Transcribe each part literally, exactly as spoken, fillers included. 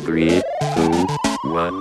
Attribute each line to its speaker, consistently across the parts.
Speaker 1: Three, two, one.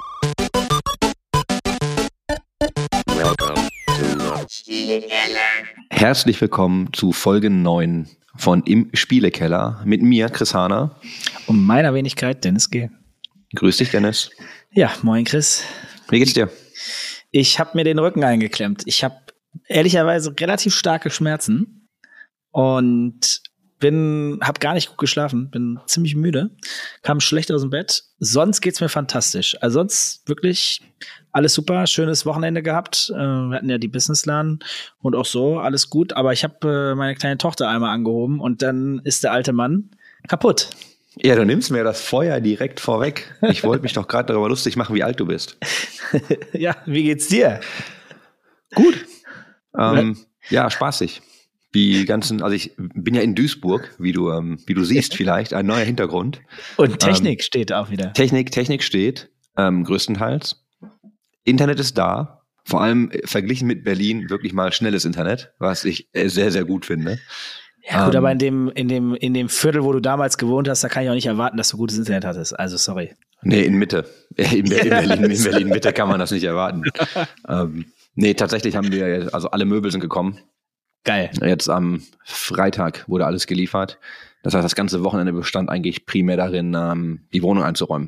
Speaker 1: Welcome to Spielekeller. Herzlich willkommen zu Folge neun von Im Spielekeller mit mir, Chris Hahner.
Speaker 2: Und meiner Wenigkeit, Dennis G.
Speaker 1: Grüß dich, Dennis.
Speaker 2: Ja, moin, Chris.
Speaker 1: Wie geht's dir?
Speaker 2: Ich habe mir den Rücken eingeklemmt. Ich habe ehrlicherweise relativ starke Schmerzen und bin, habe gar nicht gut geschlafen, bin ziemlich müde, kam schlecht aus dem Bett. Sonst geht's mir fantastisch. Also sonst wirklich alles super, schönes Wochenende gehabt. Äh, wir hatten ja die Business-Lan und auch so, alles gut. Aber ich habe äh, meine kleine Tochter einmal angehoben und dann ist der alte Mann kaputt.
Speaker 1: Ja, du nimmst mir das Feuer direkt vorweg. Ich wollte mich doch gerade darüber lustig machen, wie alt du bist.
Speaker 2: Ja, wie geht's dir?
Speaker 1: Gut. Ähm, ja, spaßig. Die ganzen, also ich bin ja in Duisburg, wie du, ähm, wie du siehst vielleicht, ein neuer Hintergrund.
Speaker 2: Und Technik
Speaker 1: ähm,
Speaker 2: steht auch wieder.
Speaker 1: Technik, Technik steht, ähm, größtenteils. Internet ist da. Vor allem äh, verglichen mit Berlin wirklich mal schnelles Internet, was ich äh, sehr, sehr gut finde.
Speaker 2: Ja gut,
Speaker 1: ähm,
Speaker 2: aber in dem, in dem, in dem Viertel, wo du damals gewohnt hast, da kann ich auch nicht erwarten, dass du gutes Internet hattest. Also sorry.
Speaker 1: Nee, in Mitte. In, Ber- in Berlin, in Berlin Mitte kann man das nicht erwarten. ähm, nee, tatsächlich haben wir, jetzt- also alle Möbel sind gekommen.
Speaker 2: Geil.
Speaker 1: Jetzt am Freitag wurde alles geliefert. Das heißt, das ganze Wochenende bestand eigentlich primär darin, ähm, die Wohnung einzuräumen.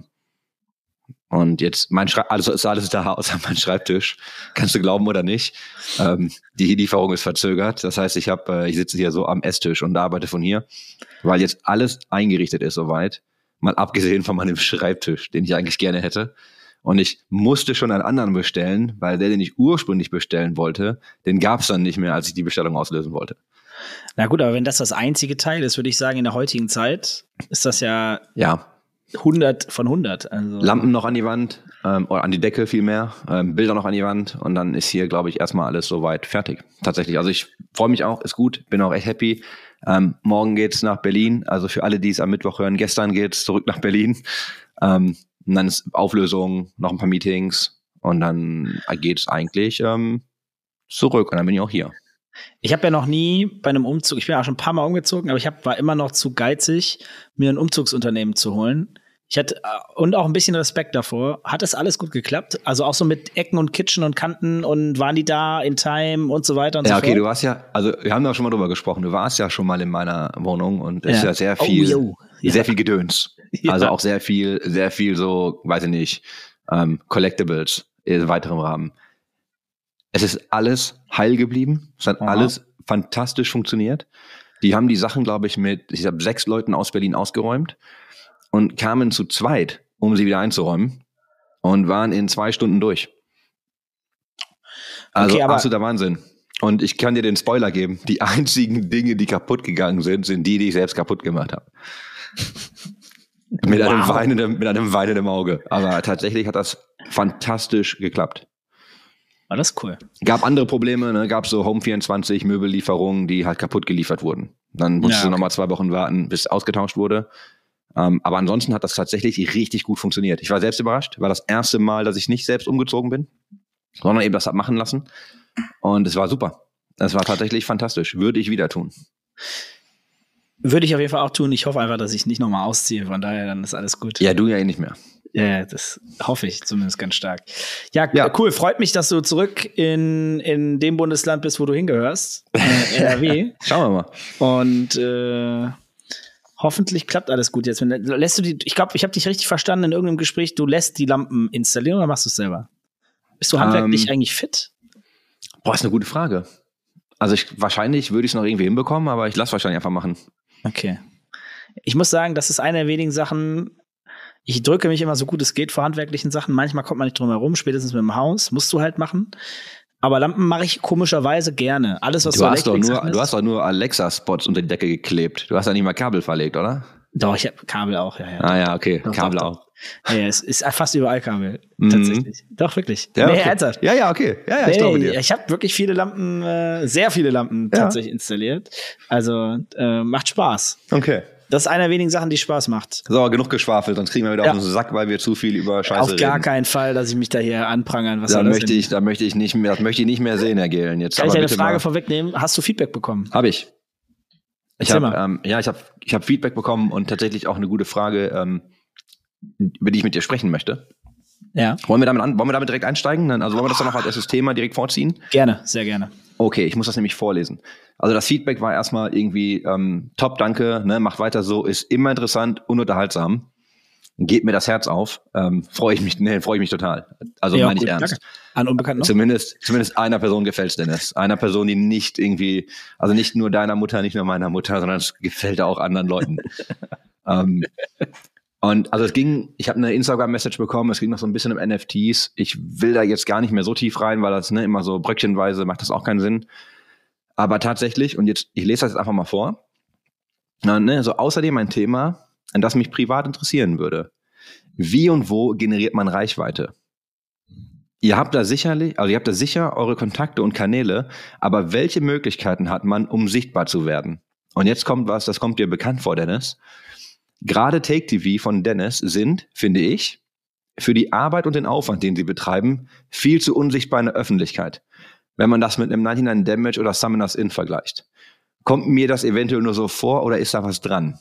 Speaker 1: Und jetzt, mein Schreibtisch, also ist alles da außer mein Schreibtisch. Kannst du glauben oder nicht? Ähm, die Lieferung ist verzögert. Das heißt, ich habe, äh, ich sitze hier so am Esstisch und arbeite von hier, weil jetzt alles eingerichtet ist soweit. Mal abgesehen von meinem Schreibtisch, den ich eigentlich gerne hätte. Und ich musste schon einen anderen bestellen, weil der, den ich ursprünglich bestellen wollte, den gab es dann nicht mehr, als ich die Bestellung auslösen wollte.
Speaker 2: Na gut, aber wenn das das einzige Teil ist, würde ich sagen, in der heutigen Zeit ist das ja
Speaker 1: Ja,
Speaker 2: hundert von hundert. Also
Speaker 1: Lampen noch an die Wand, ähm, oder an die Decke vielmehr, ähm, Bilder noch an die Wand und dann ist hier, glaube ich, erstmal alles soweit fertig. Tatsächlich, also ich freue mich auch, ist gut, bin auch echt happy. Ähm, morgen geht's nach Berlin, also für alle, die es am Mittwoch hören, gestern geht's zurück nach Berlin. Ähm, und dann ist Auflösung, noch ein paar Meetings und dann geht's eigentlich ähm, zurück und dann bin ich auch hier.
Speaker 2: Ich habe ja noch nie bei einem Umzug, ich bin ja auch schon ein paar Mal umgezogen, aber ich hab, war immer noch zu geizig, mir ein Umzugsunternehmen zu holen. Ich hatte äh, und auch ein bisschen Respekt davor. Hat das alles gut geklappt? Also auch so mit Ecken und Kitchen und Kanten und waren die da in Time und so weiter und
Speaker 1: Ja,
Speaker 2: so
Speaker 1: okay,
Speaker 2: fort?
Speaker 1: du warst ja, also wir haben da schon mal drüber gesprochen, du warst ja schon mal in meiner Wohnung und es
Speaker 2: Ja.
Speaker 1: ist ja sehr
Speaker 2: Oh,
Speaker 1: viel,
Speaker 2: yo. Ja.
Speaker 1: sehr viel Gedöns.
Speaker 2: Ja.
Speaker 1: Also auch sehr viel, sehr viel so, weiß ich nicht, ähm, Collectibles in weiterem Rahmen. Es ist alles heil geblieben, es hat
Speaker 2: Aha.
Speaker 1: alles fantastisch funktioniert. Die haben die Sachen, glaube ich, mit, ich habe sechs Leuten aus Berlin ausgeräumt und kamen zu zweit, um sie wieder einzuräumen und waren in zwei Stunden durch. Also
Speaker 2: Okay, aber-
Speaker 1: absoluter Wahnsinn. Und ich kann dir den Spoiler geben, die einzigen Dinge, die kaputt gegangen sind, sind die, die ich selbst kaputt gemacht habe. Mit einem
Speaker 2: Wow.
Speaker 1: weinenden, mit einem weinenden Auge. Aber tatsächlich hat das fantastisch geklappt.
Speaker 2: War das cool.
Speaker 1: Gab andere Probleme, ne? Gab so Home vierundzwanzig Möbellieferungen, die halt kaputt geliefert wurden. Dann musstest
Speaker 2: Ja,
Speaker 1: du
Speaker 2: okay.
Speaker 1: nochmal zwei Wochen warten, bis ausgetauscht wurde. Ähm, aber ansonsten hat das tatsächlich richtig gut funktioniert. Ich war selbst überrascht. War das erste Mal, dass ich nicht selbst umgezogen bin, sondern eben das hab machen lassen. Und es war super. Es war tatsächlich fantastisch. Würde ich wieder tun.
Speaker 2: Würde ich auf jeden Fall auch tun. Ich hoffe einfach, dass ich nicht nochmal ausziehe. Von daher, dann ist alles gut.
Speaker 1: Ja, du ja eh nicht mehr.
Speaker 2: Ja, das hoffe ich zumindest ganz stark. Ja,
Speaker 1: Ja.
Speaker 2: cool. Freut mich, dass du zurück in, in dem Bundesland bist, wo du hingehörst. Äh, N R W.
Speaker 1: Schauen wir mal.
Speaker 2: Und äh, hoffentlich klappt alles gut jetzt. Wenn- Lässt du die, ich glaube, ich habe dich richtig verstanden in irgendeinem Gespräch, du lässt die Lampen installieren oder machst du es selber? Bist du handwerklich
Speaker 1: Ähm,
Speaker 2: eigentlich fit?
Speaker 1: Boah, ist eine gute Frage. Also ich, wahrscheinlich würde ich es noch irgendwie hinbekommen, aber ich lasse wahrscheinlich einfach machen.
Speaker 2: Okay. Ich muss sagen, das ist eine der wenigen Sachen, ich drücke mich immer so gut es geht vor handwerklichen Sachen. Manchmal kommt man nicht drum herum, spätestens mit dem Haus, musst du halt machen. Aber Lampen mache ich komischerweise gerne. Alles, was
Speaker 1: Du
Speaker 2: so
Speaker 1: hast doch nur,
Speaker 2: Elektrik-Sachen
Speaker 1: du
Speaker 2: ist-
Speaker 1: hast doch nur Alexa-Spots unter die Decke geklebt. Du hast ja nicht mal Kabel verlegt, oder?
Speaker 2: Doch, ich habe Kabel auch, ja, ja.
Speaker 1: Ah ja, okay.
Speaker 2: Doch,
Speaker 1: Kabel
Speaker 2: doch,
Speaker 1: auch.
Speaker 2: Ja, ja, es ist fast überall Kabel,
Speaker 1: Mhm.
Speaker 2: tatsächlich. Doch, wirklich.
Speaker 1: Ja,
Speaker 2: nee,
Speaker 1: okay.
Speaker 2: ernsthaft.
Speaker 1: Ja, ja, okay. Ja, ja, ich
Speaker 2: Nee,
Speaker 1: glaube
Speaker 2: nee,
Speaker 1: dir.
Speaker 2: ich habe wirklich viele Lampen, äh, sehr viele Lampen
Speaker 1: Ja.
Speaker 2: tatsächlich installiert. Also äh, macht Spaß.
Speaker 1: Okay.
Speaker 2: Das ist einer der wenigen Sachen, die Spaß macht.
Speaker 1: So, genug geschwafelt, sonst kriegen wir wieder
Speaker 2: Ja.
Speaker 1: auf den Sack, weil wir zu viel über Scheiße
Speaker 2: Auf
Speaker 1: reden.
Speaker 2: gar keinen Fall, dass ich mich da hier anprangern. Was
Speaker 1: Da
Speaker 2: soll das
Speaker 1: möchte
Speaker 2: denn?
Speaker 1: ich, da möchte ich nicht mehr, das möchte ich nicht mehr sehen, Herr Gehlen. Jetzt
Speaker 2: Kann ich
Speaker 1: aber
Speaker 2: eine
Speaker 1: bitte
Speaker 2: Frage
Speaker 1: mal.
Speaker 2: vorwegnehmen? Hast du Feedback bekommen?
Speaker 1: Habe ich. Ich
Speaker 2: Erzähl
Speaker 1: habe
Speaker 2: mal.
Speaker 1: ähm, ja, ich habe ich habe Feedback bekommen und tatsächlich auch eine gute Frage. Ähm, über die ich mit dir sprechen möchte.
Speaker 2: Ja.
Speaker 1: Wollen wir damit an, wollen wir damit direkt einsteigen? Also wollen wir das dann noch als erstes Thema direkt vorziehen?
Speaker 2: Gerne, sehr gerne.
Speaker 1: Okay, ich muss das nämlich vorlesen. Also das Feedback war erstmal irgendwie ähm, top, danke, ne, macht weiter so, ist immer interessant und unterhaltsam. Geht mir das Herz auf. Ähm, freue ich mich, ne, freue ich mich total. Also
Speaker 2: Ja,
Speaker 1: meine ich
Speaker 2: gut,
Speaker 1: ernst.
Speaker 2: danke. An Unbekannten noch?
Speaker 1: Zumindest, zumindest einer Person gefällt's, Dennis. Einer Person, die nicht irgendwie, also nicht nur deiner Mutter, nicht nur meiner Mutter, sondern es gefällt auch anderen Leuten. ähm, und also es ging, ich habe eine Instagram-Message bekommen, es ging noch so ein bisschen um N F Ts. Ich will da jetzt gar nicht mehr so tief rein, weil das ne, immer so bröckchenweise macht das auch keinen Sinn. Aber tatsächlich, und jetzt, ich lese das jetzt einfach mal vor, na, ne, so außerdem ein Thema, an das mich privat interessieren würde. Wie und wo generiert man Reichweite? Ihr habt da sicherlich, also ihr habt da sicher eure Kontakte und Kanäle, aber welche Möglichkeiten hat man, um sichtbar zu werden? Und jetzt kommt was, das kommt dir bekannt vor, Dennis. Gerade Take T V von Dennis sind, finde ich, für die Arbeit und den Aufwand, den sie betreiben, viel zu unsichtbar in der Öffentlichkeit, wenn man das mit einem neunundneunzig Damage oder Summoners Inn vergleicht. Kommt mir das eventuell nur so vor oder ist da was dran?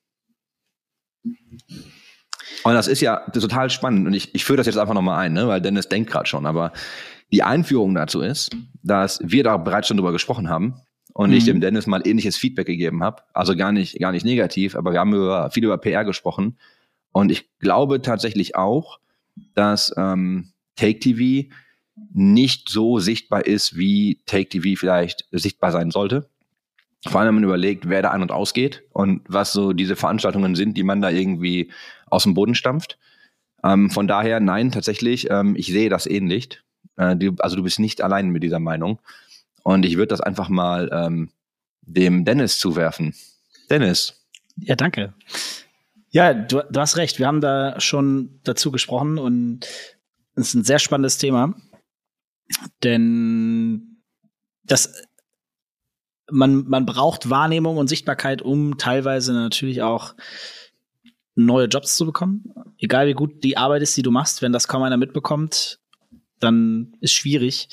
Speaker 1: Und das ist ja total spannend und ich, ich führe das jetzt einfach nochmal ein, ne, weil Dennis denkt gerade schon, aber die Einführung dazu ist, dass wir da bereits schon drüber gesprochen haben und mhm. ich dem Dennis mal ähnliches Feedback gegeben habe, also gar nicht, gar nicht negativ, aber wir haben über, viel über P R gesprochen und ich glaube tatsächlich auch, dass ähm, Take T V nicht so sichtbar ist, wie Take T V vielleicht sichtbar sein sollte. Vor allem, wenn man überlegt, wer da ein- und ausgeht und was so diese Veranstaltungen sind, die man da irgendwie aus dem Boden stampft. Ähm, von daher, nein, tatsächlich, ähm, ich sehe das ähnlich. Äh, du, also du bist nicht allein mit dieser Meinung. Und ich würde das einfach mal ähm, dem Dennis zuwerfen. Dennis.
Speaker 2: Ja, danke. Ja, du, du hast recht. Wir haben da schon dazu gesprochen und es ist ein sehr spannendes Thema. Denn das Man, man braucht Wahrnehmung und Sichtbarkeit, um teilweise natürlich auch neue Jobs zu bekommen. Egal wie gut die Arbeit ist, die du machst, wenn das kaum einer mitbekommt, dann ist schwierig.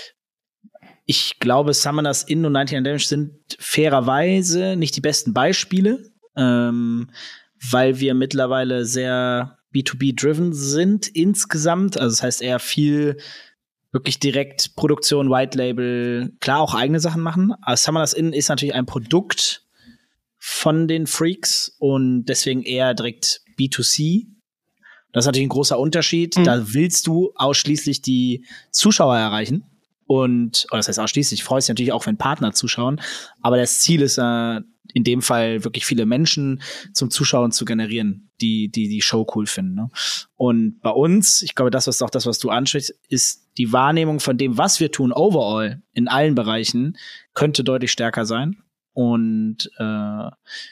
Speaker 2: Ich glaube, Summoners Inn und neunundneunzig Damage sind fairerweise nicht die besten Beispiele, ähm, weil wir mittlerweile sehr B zwei B-driven sind insgesamt. Also das heißt eher viel wirklich direkt Produktion, White Label, klar auch eigene Sachen machen. Aber Summoners Inn ist natürlich ein Produkt von den Freaks und deswegen eher direkt B zwei C. Das ist natürlich ein großer Unterschied. Mhm. Da willst du ausschließlich die Zuschauer erreichen. Und, oder das heißt ausschließlich, freust dich natürlich auch, wenn Partner zuschauen. Aber das Ziel ist äh, in dem Fall wirklich viele Menschen zum Zuschauen zu generieren, die die die Show cool finden. Ne? Und bei uns, ich glaube, das ist auch das, was du ansprichst, ist die Wahrnehmung von dem, was wir tun, overall, in allen Bereichen, könnte deutlich stärker sein. Und äh,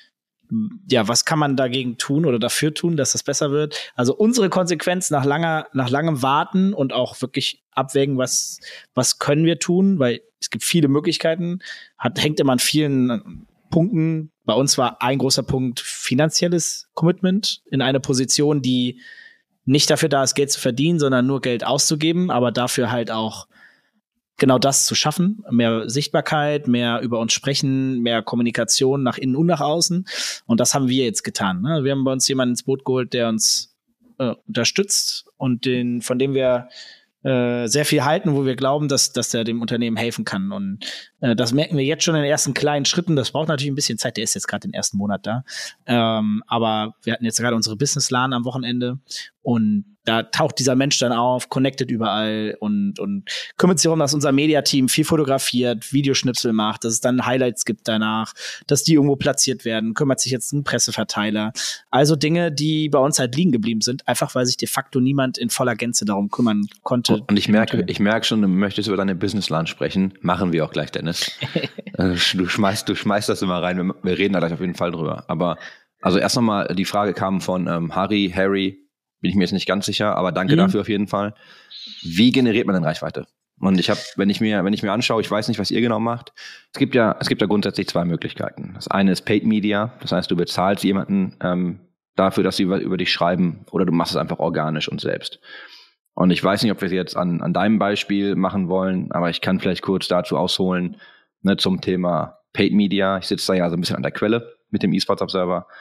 Speaker 2: ja, was kann man dagegen tun oder dafür tun, dass das besser wird? Also unsere Konsequenz nach langer, nach langem Warten und auch wirklich abwägen, was, was können wir tun, weil es gibt viele Möglichkeiten, hat, hängt immer an vielen Punkten. Bei uns war ein großer Punkt finanzielles Commitment in eine Position, die nicht dafür da ist, Geld zu verdienen, sondern nur Geld auszugeben, aber dafür halt auch genau das zu schaffen, mehr Sichtbarkeit, mehr über uns sprechen, mehr Kommunikation nach innen und nach außen. Und das haben wir jetzt getan. Ne? Wir haben bei uns jemanden ins Boot geholt, der uns äh, unterstützt und den, von dem wir äh, sehr viel halten, wo wir glauben, dass, dass der dem Unternehmen helfen kann. Und äh, das merken wir jetzt schon in den ersten kleinen Schritten. Das braucht natürlich ein bisschen Zeit. Der ist jetzt gerade den ersten Monat da. Ähm, aber wir hatten jetzt gerade unsere Business-LAN am Wochenende und da taucht dieser Mensch dann auf, connectet überall und, und kümmert sich darum, dass unser Media-Team viel fotografiert, Videoschnipsel macht, dass es dann Highlights gibt danach, dass die irgendwo platziert werden, kümmert sich jetzt um Presseverteiler. Also Dinge, die bei uns halt liegen geblieben sind, einfach weil sich de facto niemand in voller Gänze darum kümmern konnte.
Speaker 1: Und ich merke, ich merke schon, du möchtest über deine Business-LAN sprechen. Machen wir auch gleich, Dennis. du schmeißt, du schmeißt das immer rein. Wir, wir reden da gleich auf jeden Fall drüber. Aber also erst nochmal, die Frage kam von ähm, Harry, Harry, bin ich mir jetzt nicht ganz sicher, aber danke mhm. dafür auf jeden Fall. Wie generiert man denn Reichweite? Und ich habe, wenn ich mir, wenn ich mir anschaue, ich weiß nicht, was ihr genau macht. Es gibt ja, es gibt ja grundsätzlich zwei Möglichkeiten. Das eine ist Paid Media, das heißt, du bezahlst jemanden ähm, dafür, dass sie über, über dich schreiben, oder du machst es einfach organisch und selbst. Und ich weiß nicht, ob wir es jetzt an, an deinem Beispiel machen wollen, aber ich kann vielleicht kurz dazu ausholen, ne, zum Thema Paid Media. Ich sitze da ja so ein bisschen an der Quelle mit dem eSports Observer.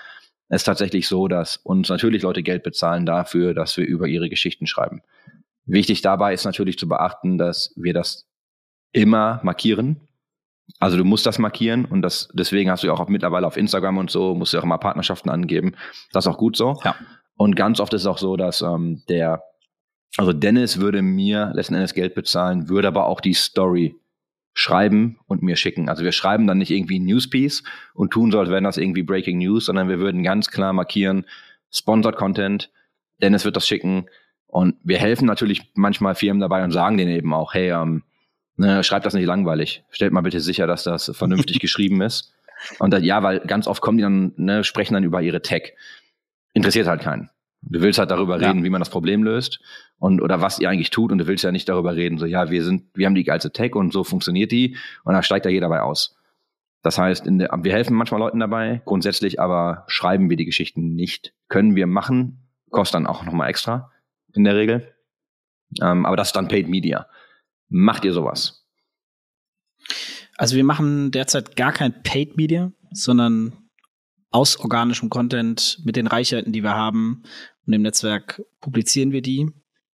Speaker 1: Es ist tatsächlich so, dass uns natürlich Leute Geld bezahlen dafür, dass wir über ihre Geschichten schreiben. Wichtig dabei ist natürlich zu beachten, dass wir das immer markieren. Also du musst das markieren und das, deswegen hast du ja auch mittlerweile auf Instagram und so, musst du auch immer Partnerschaften angeben. Das ist auch gut so.
Speaker 2: Ja.
Speaker 1: Und ganz oft ist es auch so, dass ähm, der, also Dennis würde mir letzten Endes Geld bezahlen, würde aber auch die Story schreiben und mir schicken. Also wir schreiben dann nicht irgendwie ein Newspiece und tun so, als wären das irgendwie Breaking News, sondern wir würden ganz klar markieren, Sponsored Content, Dennis wird das schicken und wir helfen natürlich manchmal Firmen dabei und sagen denen eben auch, hey, ähm, ne, schreibt das nicht langweilig. Stellt mal bitte sicher, dass das vernünftig geschrieben ist. Und dann, ja, weil ganz oft kommen die dann, ne, sprechen dann über ihre Tech. Interessiert halt keinen. Du willst halt darüber reden,
Speaker 2: Ja.
Speaker 1: wie man das Problem löst und oder was ihr eigentlich tut und du willst ja nicht darüber reden, so ja, wir sind, wir haben die geilste Tech und so funktioniert die und da steigt da jeder bei aus. Das heißt, in der, wir helfen manchmal Leuten dabei, grundsätzlich aber schreiben wir die Geschichten nicht. Können wir machen, kostet dann auch nochmal extra in der Regel. Ähm, aber das ist dann Paid Media. Macht ihr sowas?
Speaker 2: Also wir machen derzeit gar kein Paid Media, sondern aus organischem Content mit den Reichweiten, die wir haben und im Netzwerk publizieren wir die.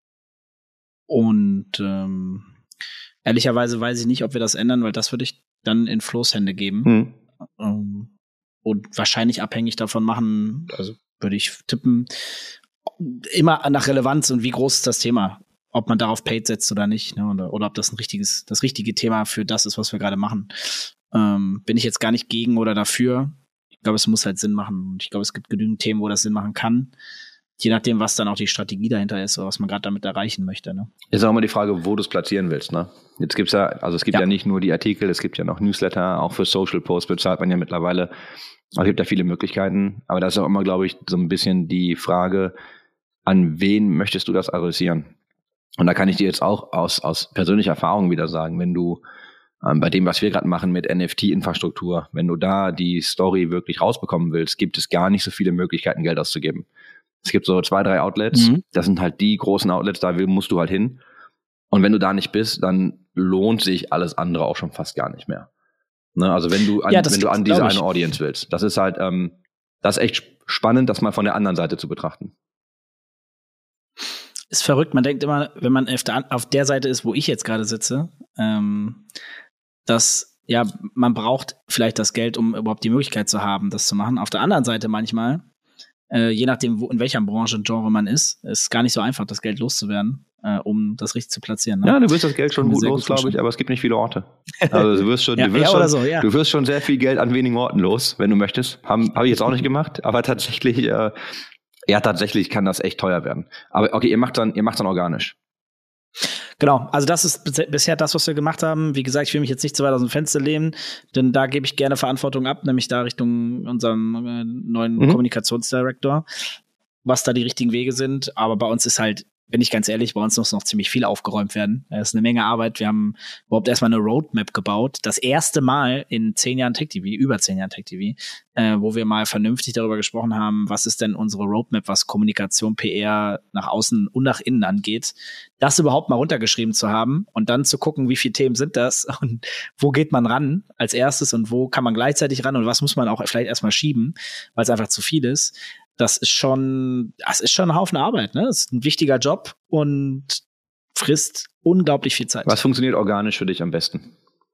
Speaker 2: Und ähm, ehrlicherweise weiß ich nicht, ob wir das ändern, weil das würde ich dann in Flo's Hände geben.
Speaker 1: Hm.
Speaker 2: Ähm, und wahrscheinlich abhängig davon machen, also würde ich tippen, immer nach Relevanz und wie groß ist das Thema. Ob man darauf Paid setzt oder nicht, ne? oder, oder ob das ein richtiges, das richtige Thema für das ist, was wir gerade machen. Ähm, bin ich jetzt gar nicht gegen oder dafür. Ich glaube, es muss halt Sinn machen. Und ich glaube, es gibt genügend Themen, wo das Sinn machen kann. Je nachdem, was dann auch die Strategie dahinter ist oder was man gerade damit erreichen möchte. Ne?
Speaker 1: Ist auch immer die Frage, wo du es platzieren willst. Ne? Jetzt gibt's ja, also es gibt ja. ja nicht nur die Artikel, es gibt ja noch Newsletter, auch für Social Posts bezahlt man ja mittlerweile. Also es gibt ja viele Möglichkeiten. Aber das ist auch immer, glaube ich, so ein bisschen die Frage, an wen möchtest du das adressieren? Und da kann ich dir jetzt auch aus, aus persönlicher Erfahrung wieder sagen, wenn du ähm, bei dem, was wir gerade machen mit N F T-Infrastruktur, wenn du da die Story wirklich rausbekommen willst, gibt es gar nicht so viele Möglichkeiten, Geld auszugeben. Es gibt so zwei, drei Outlets, mhm. das sind halt die großen Outlets, da musst du halt hin. Und wenn du da nicht bist, dann lohnt sich alles andere auch schon fast gar nicht mehr. Ne? Also wenn du an, ja, wenn du an diese eine Audience willst. Das ist halt, ähm, das ist echt spannend, das mal von der anderen Seite zu betrachten.
Speaker 2: Ist verrückt. Man denkt immer, wenn man auf der, auf der Seite ist, wo ich jetzt gerade sitze, ähm, dass ja, man braucht vielleicht das Geld, um überhaupt die Möglichkeit zu haben, das zu machen. Auf der anderen Seite manchmal, äh, je nachdem, wo, in welcher Branche und Genre man ist, ist es gar nicht so einfach, das Geld loszuwerden, äh, um das richtig zu platzieren. Ne?
Speaker 1: Ja, du wirst das Geld schon gut los, glaube ich, aber es gibt nicht viele Orte. Also du wirst schon, ja, du wirst
Speaker 2: ja,
Speaker 1: schon,
Speaker 2: so, ja.
Speaker 1: du wirst schon sehr viel Geld an wenigen Orten los, wenn du möchtest. Habe hab ich jetzt auch nicht gemacht, aber tatsächlich äh, Ja, tatsächlich kann das echt teuer werden. Aber okay, ihr macht dann, ihr macht dann organisch.
Speaker 2: Genau, also das ist bisher das, was wir gemacht haben. Wie gesagt, ich will mich jetzt nicht zu weit aus dem Fenster lehnen, denn da gebe ich gerne Verantwortung ab, nämlich da Richtung unserem äh, neuen mhm. Kommunikationsdirektor, was da die richtigen Wege sind. Aber bei uns ist halt, bin ich ganz ehrlich, bei uns muss noch ziemlich viel aufgeräumt werden. Das ist eine Menge Arbeit. Wir haben überhaupt erstmal eine Roadmap gebaut. Das erste Mal in zehn Jahren Tech T V, über zehn Jahren Tech T V, äh, wo wir mal vernünftig darüber gesprochen haben, was ist denn unsere Roadmap, was Kommunikation, P R nach außen und nach innen angeht. Das überhaupt mal runtergeschrieben zu haben und dann zu gucken, wie viele Themen sind das und wo geht man ran als erstes und wo kann man gleichzeitig ran und was muss man auch vielleicht erstmal schieben, weil es einfach zu viel ist. Das ist schon, das ist schon ein Haufen Arbeit, ne? Das ist ein wichtiger Job und frisst unglaublich viel Zeit.
Speaker 1: Was funktioniert organisch für dich am besten?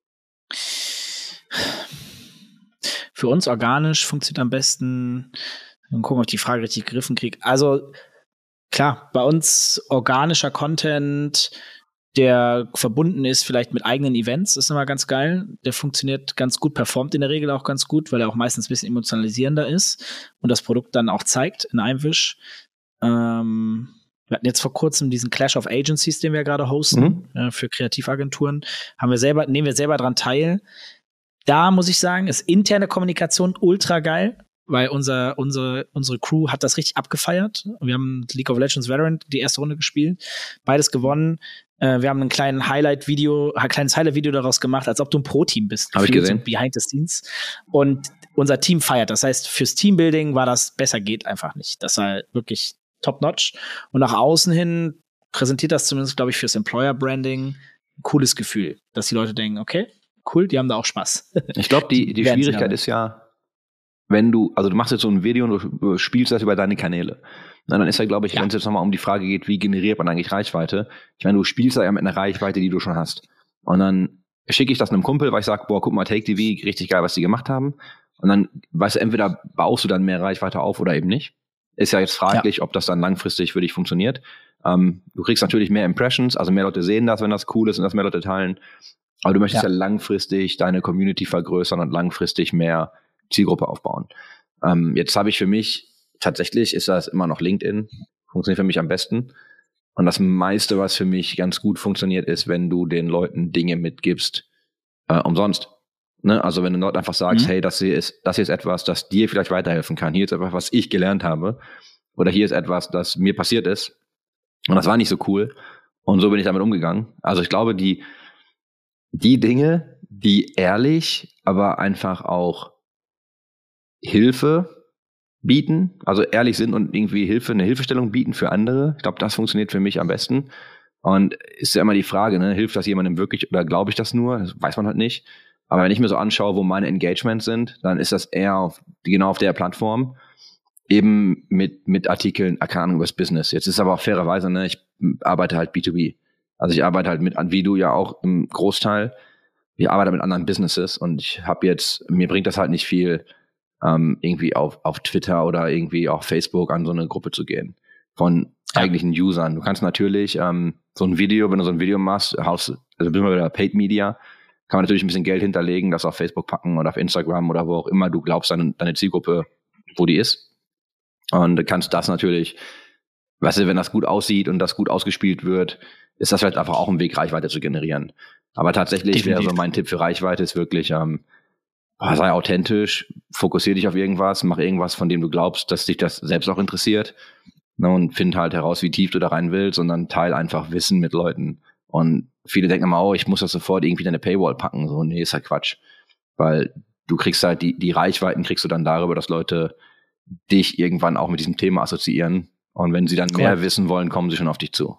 Speaker 2: Für uns organisch funktioniert am besten, dann gucken, ob ich die Frage richtig gegriffen kriege. Also, klar, bei uns organischer Content, der verbunden ist vielleicht mit eigenen Events, ist immer ganz geil. Der funktioniert ganz gut, performt in der Regel auch ganz gut, weil er auch meistens ein bisschen emotionalisierender ist und das Produkt dann auch zeigt in einem Wisch. Ähm, wir hatten jetzt vor kurzem diesen Clash of Agencies, den wir gerade hosten, mhm. äh, für Kreativagenturen. Haben wir selber, nehmen wir selber dran teil. Da muss ich sagen, ist interne Kommunikation ultra geil, weil unser, unsere, unsere Crew hat das richtig abgefeiert. Wir haben League of Legends Valorant die erste Runde gespielt, beides gewonnen. Wir haben einen kleinen Highlight-Video, ein kleines Highlight-Video daraus gemacht, als ob du ein Pro-Team bist.
Speaker 1: Habe ich gesehen.
Speaker 2: So Behind the Scenes. Und unser Team feiert. Das heißt, fürs Teambuilding war das besser geht einfach nicht. Das war wirklich top-notch. Und nach außen hin präsentiert das zumindest, glaube ich, fürs Employer-Branding ein cooles Gefühl, dass die Leute denken, okay, cool, die haben da auch Spaß.
Speaker 1: Ich glaube, die, die Schwierigkeit ist ja, wenn du, also du machst jetzt so ein Video und du spielst das über deine Kanäle. Und dann ist ja, glaube ich, ja. wenn es jetzt nochmal um die Frage geht, wie generiert man eigentlich Reichweite? Ich meine, du spielst da ja mit einer Reichweite, die du schon hast. Und dann schicke ich das einem Kumpel, weil ich sage, boah, guck mal, Take T V, richtig geil, was die gemacht haben. Und dann, weißt du, entweder baust du dann mehr Reichweite auf oder eben nicht. Ist ja jetzt fraglich, ja. ob das dann langfristig für dich funktioniert. Ähm, du kriegst natürlich mehr Impressions, also mehr Leute sehen das, wenn das cool ist und das mehr Leute teilen. Aber du möchtest ja, ja langfristig deine Community vergrößern und langfristig mehr Zielgruppe aufbauen. Ähm, jetzt habe ich für mich, tatsächlich ist das immer noch LinkedIn, funktioniert für mich am besten. Und das meiste, was für mich ganz gut funktioniert, ist, wenn du den Leuten Dinge mitgibst, äh, umsonst. Ne? Also wenn du dort einfach sagst, mhm. hey, das hier ist, das hier ist etwas, das dir vielleicht weiterhelfen kann. Hier ist etwas, was ich gelernt habe. Oder hier ist etwas, das mir passiert ist. Und das war nicht so cool. Und so bin ich damit umgegangen. Also ich glaube, die, die Dinge, die ehrlich, aber einfach auch Hilfe bieten, also ehrlich sind und irgendwie Hilfe, eine Hilfestellung bieten für andere. Ich glaube, das funktioniert für mich am besten. Und ist ja immer die Frage, ne, hilft das jemandem wirklich oder glaube ich das nur? Das weiß man halt nicht. Aber wenn ich mir so anschaue, wo meine Engagements sind, dann ist das eher auf, genau auf der Plattform, eben mit, mit Artikeln, keine Ahnung, über das Business. Jetzt ist aber auch fairerweise, ne, ich arbeite halt B zwei B. Also ich arbeite halt mit, wie du ja auch im Großteil, ich arbeite mit anderen Businesses und ich habe jetzt, mir bringt das halt nicht viel, ähm, irgendwie auf, auf Twitter oder irgendwie auf Facebook an so eine Gruppe zu gehen von ja. eigentlichen Usern. Du kannst natürlich ähm, so ein Video, wenn du so ein Video machst, also bist du wieder Paid Media, kann man natürlich ein bisschen Geld hinterlegen, das auf Facebook packen oder auf Instagram oder wo auch immer du glaubst, deine, deine Zielgruppe, wo die ist. Und du kannst das natürlich, weißt du, wenn das gut aussieht und das gut ausgespielt wird, ist das vielleicht einfach auch ein Weg, Reichweite zu generieren. Aber tatsächlich Definitiv. wäre so mein Tipp für Reichweite ist wirklich, ähm, sei authentisch, fokussier dich auf irgendwas, mach irgendwas, von dem du glaubst, dass dich das selbst auch interessiert. Und find halt heraus, wie tief du da rein willst und dann teil einfach Wissen mit Leuten. Und viele denken immer, oh, ich muss das sofort irgendwie in eine Paywall packen. So, nee, ist halt Quatsch. Weil du kriegst halt die, die Reichweiten kriegst du dann darüber, dass Leute dich irgendwann auch mit diesem Thema assoziieren. Und wenn sie dann mehr cool. wissen wollen, kommen sie schon auf dich zu.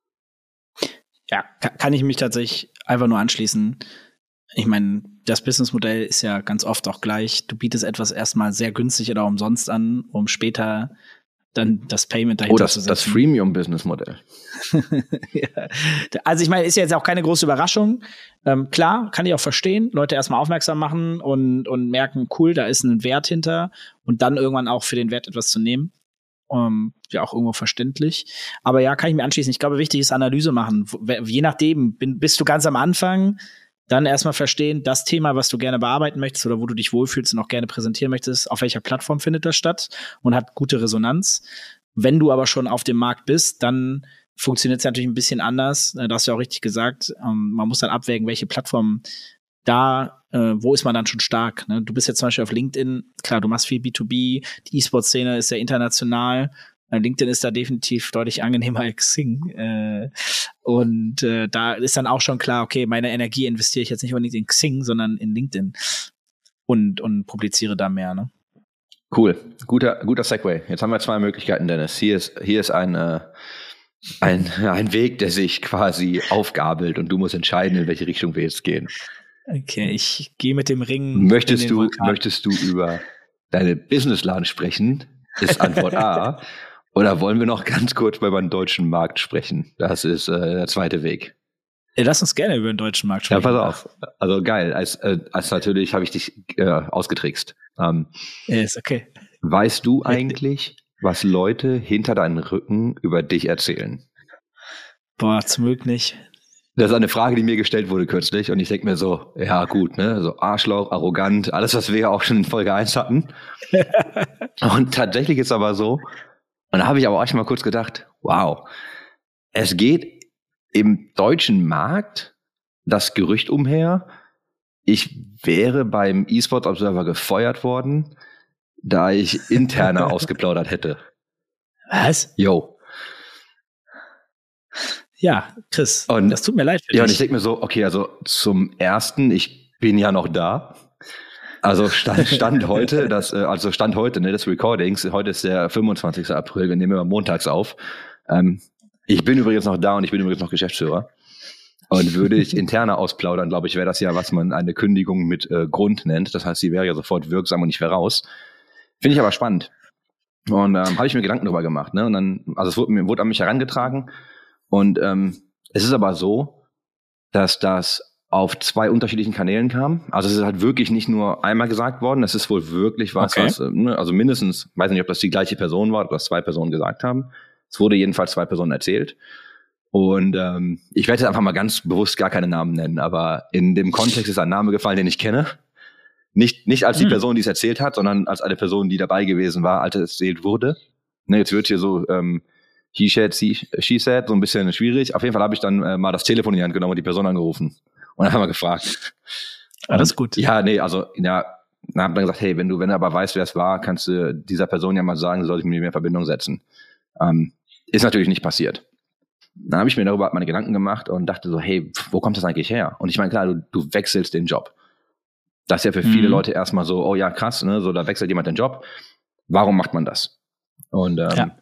Speaker 2: Ja, kann ich mich tatsächlich einfach nur anschließen. Ich meine, das Businessmodell ist ja ganz oft auch gleich. Du bietest etwas erstmal sehr günstig oder umsonst an, um später dann das Payment dahinter
Speaker 1: oh, das,
Speaker 2: zu setzen.
Speaker 1: Das Freemium-Businessmodell.
Speaker 2: ja. Also ich meine, ist ja jetzt auch keine große Überraschung. Ähm, klar, kann ich auch verstehen. Leute erstmal aufmerksam machen und, und merken, cool, da ist ein Wert hinter und dann irgendwann auch für den Wert etwas zu nehmen. Um, ja, auch irgendwo verständlich. Aber ja, kann ich mir anschließen. Ich glaube, wichtig ist Analyse machen. Je nachdem, bin, bist du ganz am Anfang, dann erstmal verstehen, das Thema, was du gerne bearbeiten möchtest oder wo du dich wohlfühlst und auch gerne präsentieren möchtest, auf welcher Plattform findet das statt und hat gute Resonanz. Wenn du aber schon auf dem Markt bist, dann funktioniert es natürlich ein bisschen anders. Da hast du ja auch richtig gesagt, ähm, man muss dann abwägen, welche Plattform da, äh, wo ist man dann schon stark. Ne? Du bist jetzt zum Beispiel auf LinkedIn, klar, du machst viel B zwei B, die E-Sport-Szene ist sehr international. LinkedIn ist da definitiv deutlich angenehmer als Xing. Äh, und äh, da ist dann auch schon klar, okay, meine Energie investiere ich jetzt nicht unbedingt in Xing, sondern in LinkedIn und und publiziere da mehr. Ne?
Speaker 1: Cool, guter guter Segway. Jetzt haben wir zwei Möglichkeiten, Dennis. Hier ist hier ist ein äh, ein ein Weg, der sich quasi aufgabelt und du musst entscheiden, in welche Richtung wir jetzt gehen.
Speaker 2: Okay, ich gehe mit dem Ring.
Speaker 1: Möchtest du möchtest du über deine Business-Lounge sprechen? Ist Antwort A. Oder wollen wir noch ganz kurz über den deutschen Markt sprechen? Das ist äh, der zweite Weg.
Speaker 2: Ja, lass uns gerne über den deutschen Markt sprechen.
Speaker 1: Ja, pass auf. Also geil. Als, äh, als natürlich habe ich dich äh, ausgetrickst. Ähm,
Speaker 2: ja, ist okay.
Speaker 1: Weißt du eigentlich, was Leute hinter deinem Rücken über dich erzählen?
Speaker 2: Boah, zum Glück nicht.
Speaker 1: Das ist eine Frage, die mir gestellt wurde kürzlich. Und ich denke mir so, ja gut, ne, so Arschloch, arrogant, alles, was wir ja auch schon in Folge eins hatten. Und tatsächlich ist aber so, und da habe ich aber auch mal kurz gedacht, wow, es geht im deutschen Markt das Gerücht umher, ich wäre beim eSports Observer gefeuert worden, da ich interner ausgeplaudert hätte.
Speaker 2: Was?
Speaker 1: Yo.
Speaker 2: Ja, Chris,
Speaker 1: und,
Speaker 2: das tut mir leid für dich.
Speaker 1: Ja, und ich denke mir so, okay, also zum Ersten, ich bin ja noch da. Also Stand, Stand heute, das, also Stand heute, ne, des Recordings, heute ist der fünfundzwanzigster April, wir nehmen immer montags auf. Ähm, ich bin übrigens noch da und ich bin übrigens noch Geschäftsführer. Und würde ich interner ausplaudern, glaube ich, wäre das ja, was man eine Kündigung mit äh, Grund nennt. Das heißt, sie wäre ja sofort wirksam und ich wäre raus. Finde ich aber spannend. Und ähm, habe ich mir Gedanken drüber gemacht. Ne? Und dann, also es wurde, mir, wurde an mich herangetragen. Und ähm, es ist aber so, dass das auf zwei unterschiedlichen Kanälen kam. Also es ist halt wirklich nicht nur einmal gesagt worden. Es ist wohl wirklich was,
Speaker 2: Okay.
Speaker 1: was ne? Also mindestens, weiß nicht, ob das die gleiche Person war oder das zwei Personen gesagt haben. Es wurde jedenfalls zwei Personen erzählt. Und ähm, ich werde jetzt einfach mal ganz bewusst gar keine Namen nennen, aber in dem Kontext ist ein Name gefallen, den ich kenne. Nicht, nicht als die
Speaker 2: Hm.
Speaker 1: Person, die es erzählt hat, sondern als eine Person, die dabei gewesen war, als es erzählt wurde. Ne, jetzt wird hier so ähm, he said, she, she said, so ein bisschen schwierig. Auf jeden Fall habe ich dann äh, mal das Telefon in die Hand genommen und die Person angerufen. Und dann haben wir gefragt.
Speaker 2: Alles
Speaker 1: Und,
Speaker 2: gut.
Speaker 1: Ja, nee, also, ja, dann haben dann gesagt, hey, wenn du, wenn du aber weißt, wer es war, kannst du dieser Person ja mal sagen, sie soll sich mit mir in Verbindung setzen. Ähm, ist natürlich nicht passiert. Dann habe ich mir darüber meine Gedanken gemacht und dachte so, hey, wo kommt das eigentlich her? Und ich meine, klar, du, du wechselst den Job. Das ist ja für viele
Speaker 2: Mhm.
Speaker 1: Leute erstmal so, oh ja, krass, ne, so da wechselt jemand den Job. Warum macht man das? Und ähm,
Speaker 2: Ja.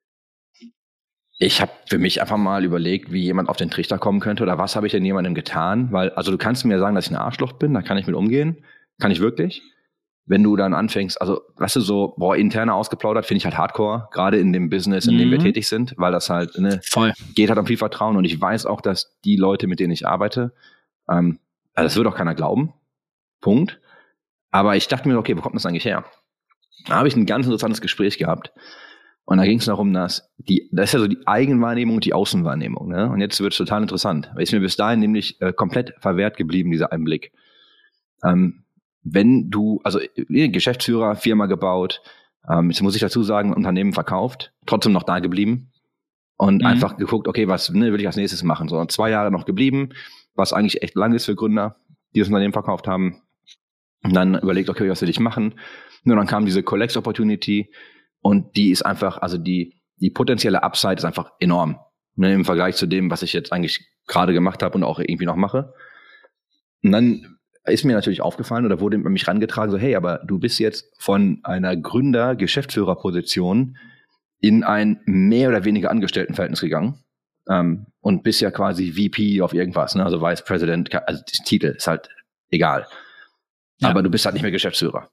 Speaker 1: ich habe für mich einfach mal überlegt, wie jemand auf den Trichter kommen könnte oder was habe ich denn jemandem getan? Weil, also du kannst mir sagen, dass ich ein Arschloch bin, da kann ich mit umgehen. Kann ich wirklich. Wenn du dann anfängst, also, weißt du, so, boah, interne ausgeplaudert, finde ich halt hardcore, gerade in dem Business, in dem wir
Speaker 2: Mhm.
Speaker 1: tätig sind, weil das halt, ne,
Speaker 2: Voll.
Speaker 1: geht halt um viel Vertrauen und ich weiß auch, dass die Leute, mit denen ich arbeite, ähm, also das wird auch keiner glauben. Punkt. Aber ich dachte mir, okay, wo kommt das eigentlich her? Da habe ich ein ganz interessantes Gespräch gehabt. Und da ging es darum, dass die, das ist ja so die Eigenwahrnehmung und die Außenwahrnehmung, ne? Und jetzt wird es total interessant. Weil ist mir bis dahin nämlich äh, komplett verwehrt geblieben, dieser Einblick. Ähm, wenn du, also äh, Geschäftsführer, Firma gebaut, ähm, jetzt muss ich dazu sagen, Unternehmen verkauft, trotzdem noch da geblieben und
Speaker 2: Mhm.
Speaker 1: einfach geguckt, okay, was ne, will ich als nächstes machen? So zwei Jahre noch geblieben, was eigentlich echt lang ist für Gründer, die das Unternehmen verkauft haben. Und dann überlegt, okay, was will ich machen? Und dann kam diese Collex Opportunity und die ist einfach, also die, die potenzielle Upside ist einfach enorm, ne, im Vergleich zu dem, was ich jetzt eigentlich gerade gemacht habe und auch irgendwie noch mache. Und dann ist mir natürlich aufgefallen oder wurde mich rangetragen, so, hey, aber du bist jetzt von einer Gründer-Geschäftsführer-Position in ein mehr oder weniger Angestelltenverhältnis gegangen ähm, und bist ja quasi V P auf irgendwas, ne, also Vice President, also der Titel ist halt egal.
Speaker 2: Ja.
Speaker 1: Aber du bist halt nicht mehr Geschäftsführer.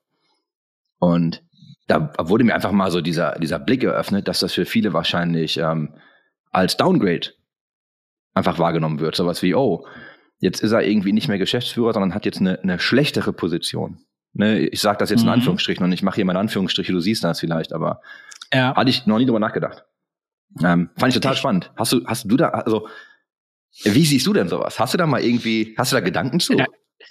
Speaker 1: Und da wurde mir einfach mal so dieser, dieser Blick eröffnet, dass das für viele wahrscheinlich ähm, als Downgrade einfach wahrgenommen wird. Sowas wie, oh, jetzt ist er irgendwie nicht mehr Geschäftsführer, sondern hat jetzt eine, eine schlechtere Position. Ne, ich sage das jetzt in
Speaker 2: Mhm.
Speaker 1: Anführungsstrichen und ich mache hier mal in Anführungsstriche, du siehst das vielleicht, aber
Speaker 2: Ja.
Speaker 1: hatte ich noch nie drüber nachgedacht. Ähm, fand ich total
Speaker 2: Ich-
Speaker 1: spannend. Hast du, hast du da, also, wie siehst du denn sowas? Hast du da mal irgendwie, hast du da Gedanken zu?
Speaker 2: Ja.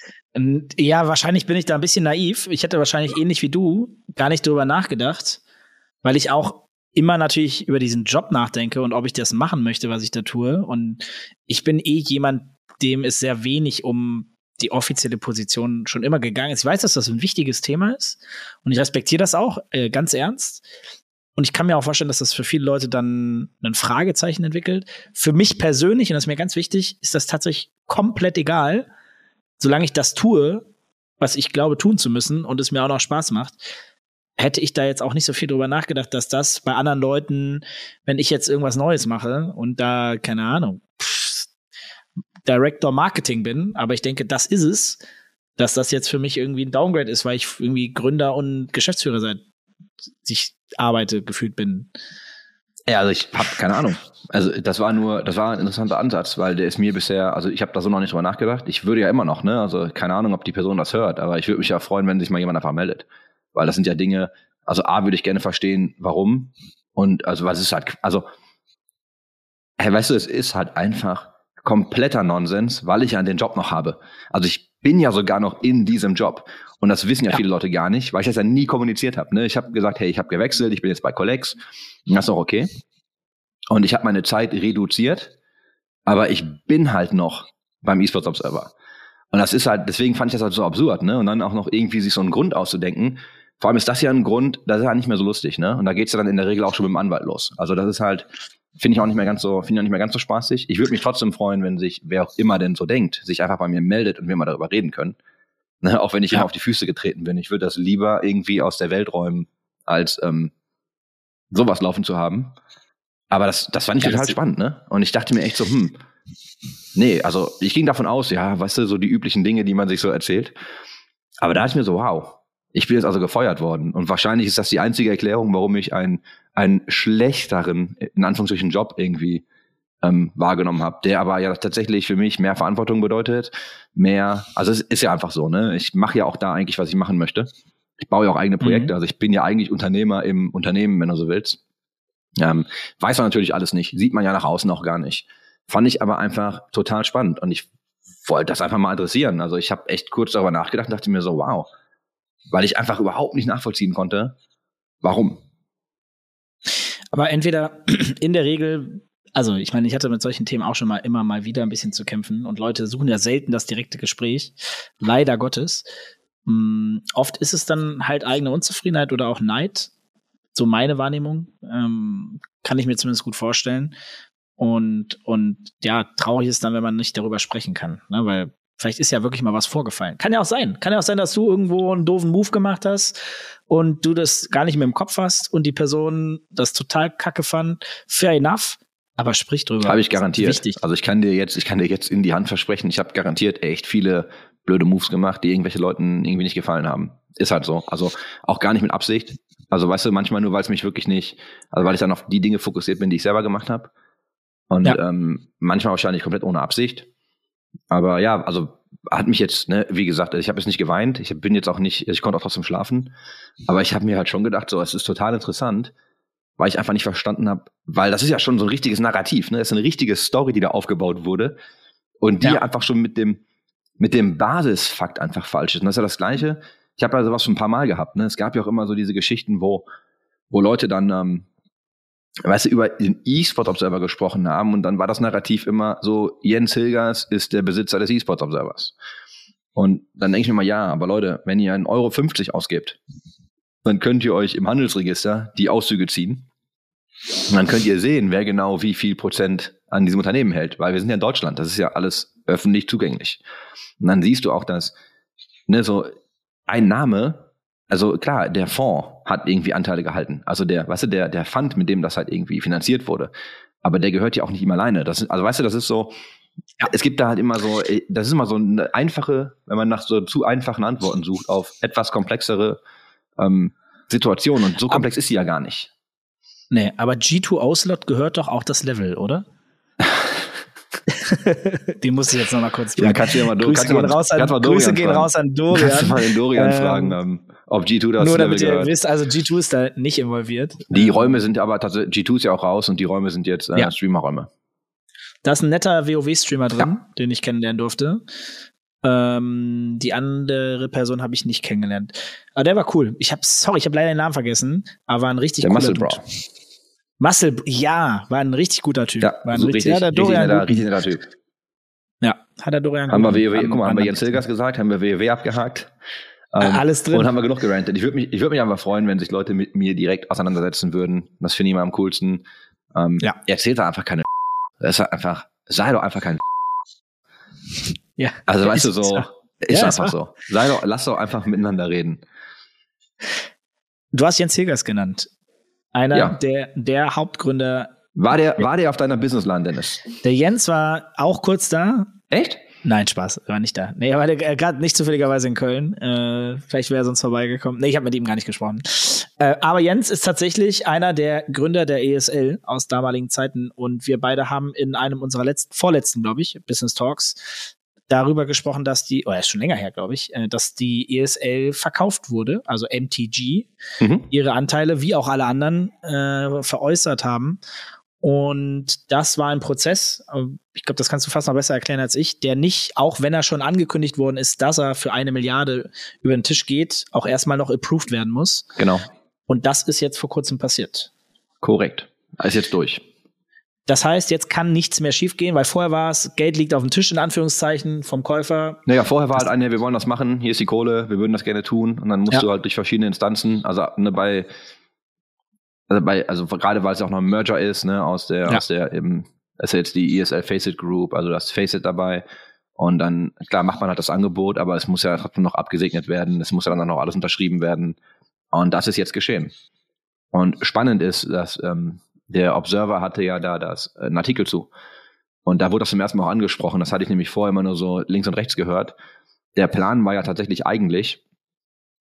Speaker 2: Und ja, wahrscheinlich bin ich da ein bisschen naiv. Ich hätte wahrscheinlich ähnlich wie du gar nicht drüber nachgedacht, weil ich auch immer natürlich über diesen Job nachdenke und ob ich das machen möchte, was ich da tue. Und ich bin eh jemand, dem es sehr wenig um die offizielle Position schon immer gegangen ist. Ich weiß, dass das ein wichtiges Thema ist und ich respektiere das auch äh, ganz ernst. Und ich kann mir auch vorstellen, dass das für viele Leute dann ein Fragezeichen entwickelt. Für mich persönlich, und das ist mir ganz wichtig, ist das tatsächlich komplett egal, solange ich das tue, was ich glaube tun zu müssen und es mir auch noch Spaß macht, hätte ich da jetzt auch nicht so viel drüber nachgedacht, dass das bei anderen Leuten, wenn ich jetzt irgendwas Neues mache und da, keine Ahnung, pff, Director Marketing bin, aber ich denke, das ist es, dass das jetzt für mich irgendwie ein Downgrade ist, weil ich irgendwie Gründer und Geschäftsführer seit ich arbeite, gefühlt bin.
Speaker 1: Ja, also ich habe keine Ahnung. Also das war nur, das war ein interessanter Ansatz, weil der ist mir bisher, also ich habe da so noch nicht drüber nachgedacht. Ich würde ja immer noch, ne, also keine Ahnung, ob die Person das hört, aber ich würde mich ja freuen, wenn sich mal jemand einfach meldet, weil das sind ja Dinge. Also A, würde ich gerne verstehen, warum und also was ist halt, also hey, weißt du, es ist halt einfach kompletter Nonsens, weil ich ja den Job noch habe. Also ich bin ja sogar noch in diesem Job. Und das wissen ja,
Speaker 2: Ja.
Speaker 1: viele Leute gar nicht, weil ich das ja nie kommuniziert habe. Ne? Ich habe gesagt, hey, ich habe gewechselt, ich bin jetzt bei Collex. Und das ist auch okay. Und ich habe meine Zeit reduziert, aber ich bin halt noch beim eSports Observer. Und das ist halt, deswegen fand ich das halt so absurd, ne? Und dann auch noch irgendwie sich so einen Grund auszudenken. Vor allem ist das ja ein Grund, das ist ja nicht mehr so lustig, ne? Und da geht's ja dann in der Regel auch schon mit dem Anwalt los. Also das ist halt, finde ich auch nicht mehr ganz so, finde ich auch nicht mehr ganz so spaßig. Ich würde mich trotzdem freuen, wenn sich, wer auch immer denn so denkt, sich einfach bei mir meldet und wir mal darüber reden können. Ne? Auch wenn ich
Speaker 2: Ja.
Speaker 1: immer auf die Füße getreten bin. Ich würde das lieber irgendwie aus der Welt räumen, als ähm, sowas laufen zu haben. Aber das, das fand ich
Speaker 2: Ja,
Speaker 1: total
Speaker 2: das-
Speaker 1: spannend, ne? Und ich dachte mir echt so, hm, nee, also ich ging davon aus, ja, weißt du, so die üblichen Dinge, die man sich so erzählt. Aber da dachte ich mir so, wow, Ich bin jetzt also gefeuert worden. Und wahrscheinlich ist das die einzige Erklärung, warum ich einen, einen schlechteren, in Anführungsstrichen, Job irgendwie ähm, wahrgenommen habe, der aber ja tatsächlich für mich mehr Verantwortung bedeutet, mehr, also es ist ja einfach so, ne? Ich mache ja auch da eigentlich, was ich machen möchte. Ich baue ja auch eigene Projekte, mhm. also ich bin ja eigentlich Unternehmer im Unternehmen, wenn du so willst. Ähm, weiß man natürlich alles nicht, sieht man ja nach außen auch gar nicht. Fand ich aber einfach total spannend und ich wollte das einfach mal adressieren. Also ich habe echt kurz darüber nachgedacht und dachte mir so, wow, weil ich einfach überhaupt nicht nachvollziehen konnte, warum.
Speaker 2: Aber entweder in der Regel, also ich meine, ich hatte mit solchen Themen auch schon mal immer mal wieder ein bisschen zu kämpfen und Leute suchen ja selten das direkte Gespräch, leider Gottes. Hm, oft ist es dann halt eigene Unzufriedenheit oder auch Neid, so meine Wahrnehmung, ähm, kann ich mir zumindest gut vorstellen. Und und ja, traurig ist dann, wenn man nicht darüber sprechen kann, ne? Weil vielleicht ist ja wirklich mal was vorgefallen. Kann ja auch sein. Kann ja auch sein, dass du irgendwo einen doofen Move gemacht hast und du das gar nicht mehr im Kopf hast und die Person das total kacke fand. Fair enough, aber sprich drüber.
Speaker 1: Habe ich garantiert. Wichtig. Also ich kann dir jetzt, ich kann dir jetzt in die Hand versprechen, ich habe garantiert echt viele blöde Moves gemacht, die irgendwelche Leuten irgendwie nicht gefallen haben. Ist halt so. Also auch gar nicht mit Absicht. Also weißt du, manchmal nur, weil es mich wirklich nicht, also weil ich dann auf die Dinge fokussiert bin, die ich selber gemacht habe. Und ja. ähm, manchmal wahrscheinlich komplett ohne Absicht. Aber ja, also hat mich jetzt, ne, wie gesagt, ich habe jetzt nicht geweint, ich bin jetzt auch nicht, ich konnte auch trotzdem schlafen, aber ich habe mir halt schon gedacht, so, es ist total interessant, weil ich einfach nicht verstanden habe, weil das ist ja schon so ein richtiges Narrativ, ne, das ist eine richtige Story, die da aufgebaut wurde und die ja. einfach schon mit dem mit dem Basisfakt einfach falsch ist. Und das ist ja das Gleiche, ich habe ja sowas schon ein paar Mal gehabt, ne, es gab ja auch immer so diese Geschichten, wo wo Leute dann ähm, weißt du, über den E-Sport Observer gesprochen haben und dann war das Narrativ immer so, Jens Hilgers ist der Besitzer des E-Sport Observers. Und dann denke ich mir mal, ja, aber Leute, wenn ihr einen Euro fünfzig ausgebt, dann könnt ihr euch im Handelsregister die Auszüge ziehen und dann könnt ihr sehen, wer genau wie viel Prozent an diesem Unternehmen hält, weil wir sind ja in Deutschland, das ist ja alles öffentlich zugänglich. Und dann siehst du auch, dass ne, so ein Name, also klar, der Fonds hat irgendwie Anteile gehalten. Also der, weißt du, der, der Fund, mit dem das halt irgendwie finanziert wurde. Aber der gehört ja auch nicht ihm alleine. Das ist, also weißt du, das ist so, ja. Es gibt da halt immer so, das ist immer so eine einfache, wenn man nach so zu einfachen Antworten sucht auf etwas komplexere ähm, Situationen. Und so komplex aber, ist sie ja gar nicht.
Speaker 2: Nee, aber G zwei O-Slot gehört doch auch das Level, oder? Die muss ich jetzt noch mal kurz fragen.
Speaker 1: Ja, kannst du ja mal,
Speaker 2: Grüße
Speaker 1: kannst
Speaker 2: gehen,
Speaker 1: mal,
Speaker 2: raus, an,
Speaker 1: mal
Speaker 2: Grüße gehen raus an Dorian.
Speaker 1: Kannst du mal den Dorian ähm, fragen, um, ob G zwei das
Speaker 2: nur
Speaker 1: Level
Speaker 2: damit
Speaker 1: gehört.
Speaker 2: ihr wisst, also G zwei ist da nicht involviert.
Speaker 1: Die Räume sind aber tatsächlich, G zwei ist ja auch raus und die Räume sind jetzt äh, ja. Streamer-Räume.
Speaker 2: Da ist ein netter WoW-Streamer drin, ja. den ich kennenlernen durfte. Ähm, die andere Person habe ich nicht kennengelernt. Aber der war cool. Ich hab, sorry, ich habe leider den Namen vergessen, aber war ein richtig
Speaker 1: der
Speaker 2: cooler
Speaker 1: Muscle
Speaker 2: Dude. Muscle, ja, war ein richtig guter Typ.
Speaker 1: Ja,
Speaker 2: war ein
Speaker 1: so
Speaker 2: richtig,
Speaker 1: richtig,
Speaker 2: ja, der
Speaker 1: richtig,
Speaker 2: Dorian
Speaker 1: netter, richtig netter Typ.
Speaker 2: Ja, hat der Dorian
Speaker 1: Haben wir WoW, guck mal, haben wir Jens Hilgers gesagt, haben wir WoW abgehakt. Ähm,
Speaker 2: Alles drin.
Speaker 1: Und haben wir genug gerantet. Ich würde mich, ich würde mich einfach freuen, wenn sich Leute mit mir direkt auseinandersetzen würden. Das finde ich immer am coolsten. Ähm,
Speaker 2: ja.
Speaker 1: Erzählt da einfach keine Das ist einfach, sei doch einfach kein
Speaker 2: Ja.
Speaker 1: Also weißt du, so,
Speaker 2: so.
Speaker 1: ist
Speaker 2: ja,
Speaker 1: einfach so. Sei doch, lass doch einfach miteinander reden.
Speaker 2: Du hast Jens Hilgers genannt. Einer
Speaker 1: ja.
Speaker 2: der, der Hauptgründer.
Speaker 1: War der, war der auf deiner Businessline, Dennis?
Speaker 2: Der Jens war auch kurz da.
Speaker 1: Echt?
Speaker 2: Nein, Spaß, war nicht da. Nee, er war gerade nicht zufälligerweise in Köln. Äh, vielleicht wäre er sonst vorbeigekommen. Nee, ich habe mit ihm gar nicht gesprochen. Äh, aber Jens ist tatsächlich einer der Gründer der E S L aus damaligen Zeiten. Und wir beide haben in einem unserer letzten, vorletzten, glaube ich, Business Talks darüber gesprochen, dass die, oh, ist schon länger her, glaube ich, äh, dass die E S L verkauft wurde, also M T G, mhm. ihre Anteile, wie auch alle anderen, äh, veräußert haben. Und das war ein Prozess, ich glaube, das kannst du fast noch besser erklären als ich, der nicht, auch wenn er schon angekündigt worden ist, dass er für eine Milliarde über den Tisch geht, auch erstmal noch approved werden muss.
Speaker 1: Genau.
Speaker 2: Und das ist jetzt vor kurzem passiert.
Speaker 1: Korrekt. Ist jetzt durch.
Speaker 2: Das heißt, jetzt kann nichts mehr schiefgehen, weil vorher war es, Geld liegt auf dem Tisch, in Anführungszeichen, vom Käufer.
Speaker 1: Naja, vorher war halt eine, wir wollen das machen, hier ist die Kohle, wir würden das gerne tun. Und dann musst ja. du halt durch verschiedene Instanzen, also ne, bei Also bei, also gerade weil es auch noch ein Merger ist, ne, aus der, ja. aus der, eben, das ist jetzt die E S L Faceit Group, also das Faceit dabei. Und dann, klar, macht man halt das Angebot, aber es muss ja trotzdem noch abgesegnet werden, es muss ja dann noch alles unterschrieben werden. Und das ist jetzt geschehen. Und spannend ist, dass ähm, der Observer hatte ja da das, äh, einen Artikel zu. Und da wurde das zum ersten Mal auch angesprochen, das hatte ich nämlich vorher immer nur so links und rechts gehört. Der Plan war ja tatsächlich eigentlich,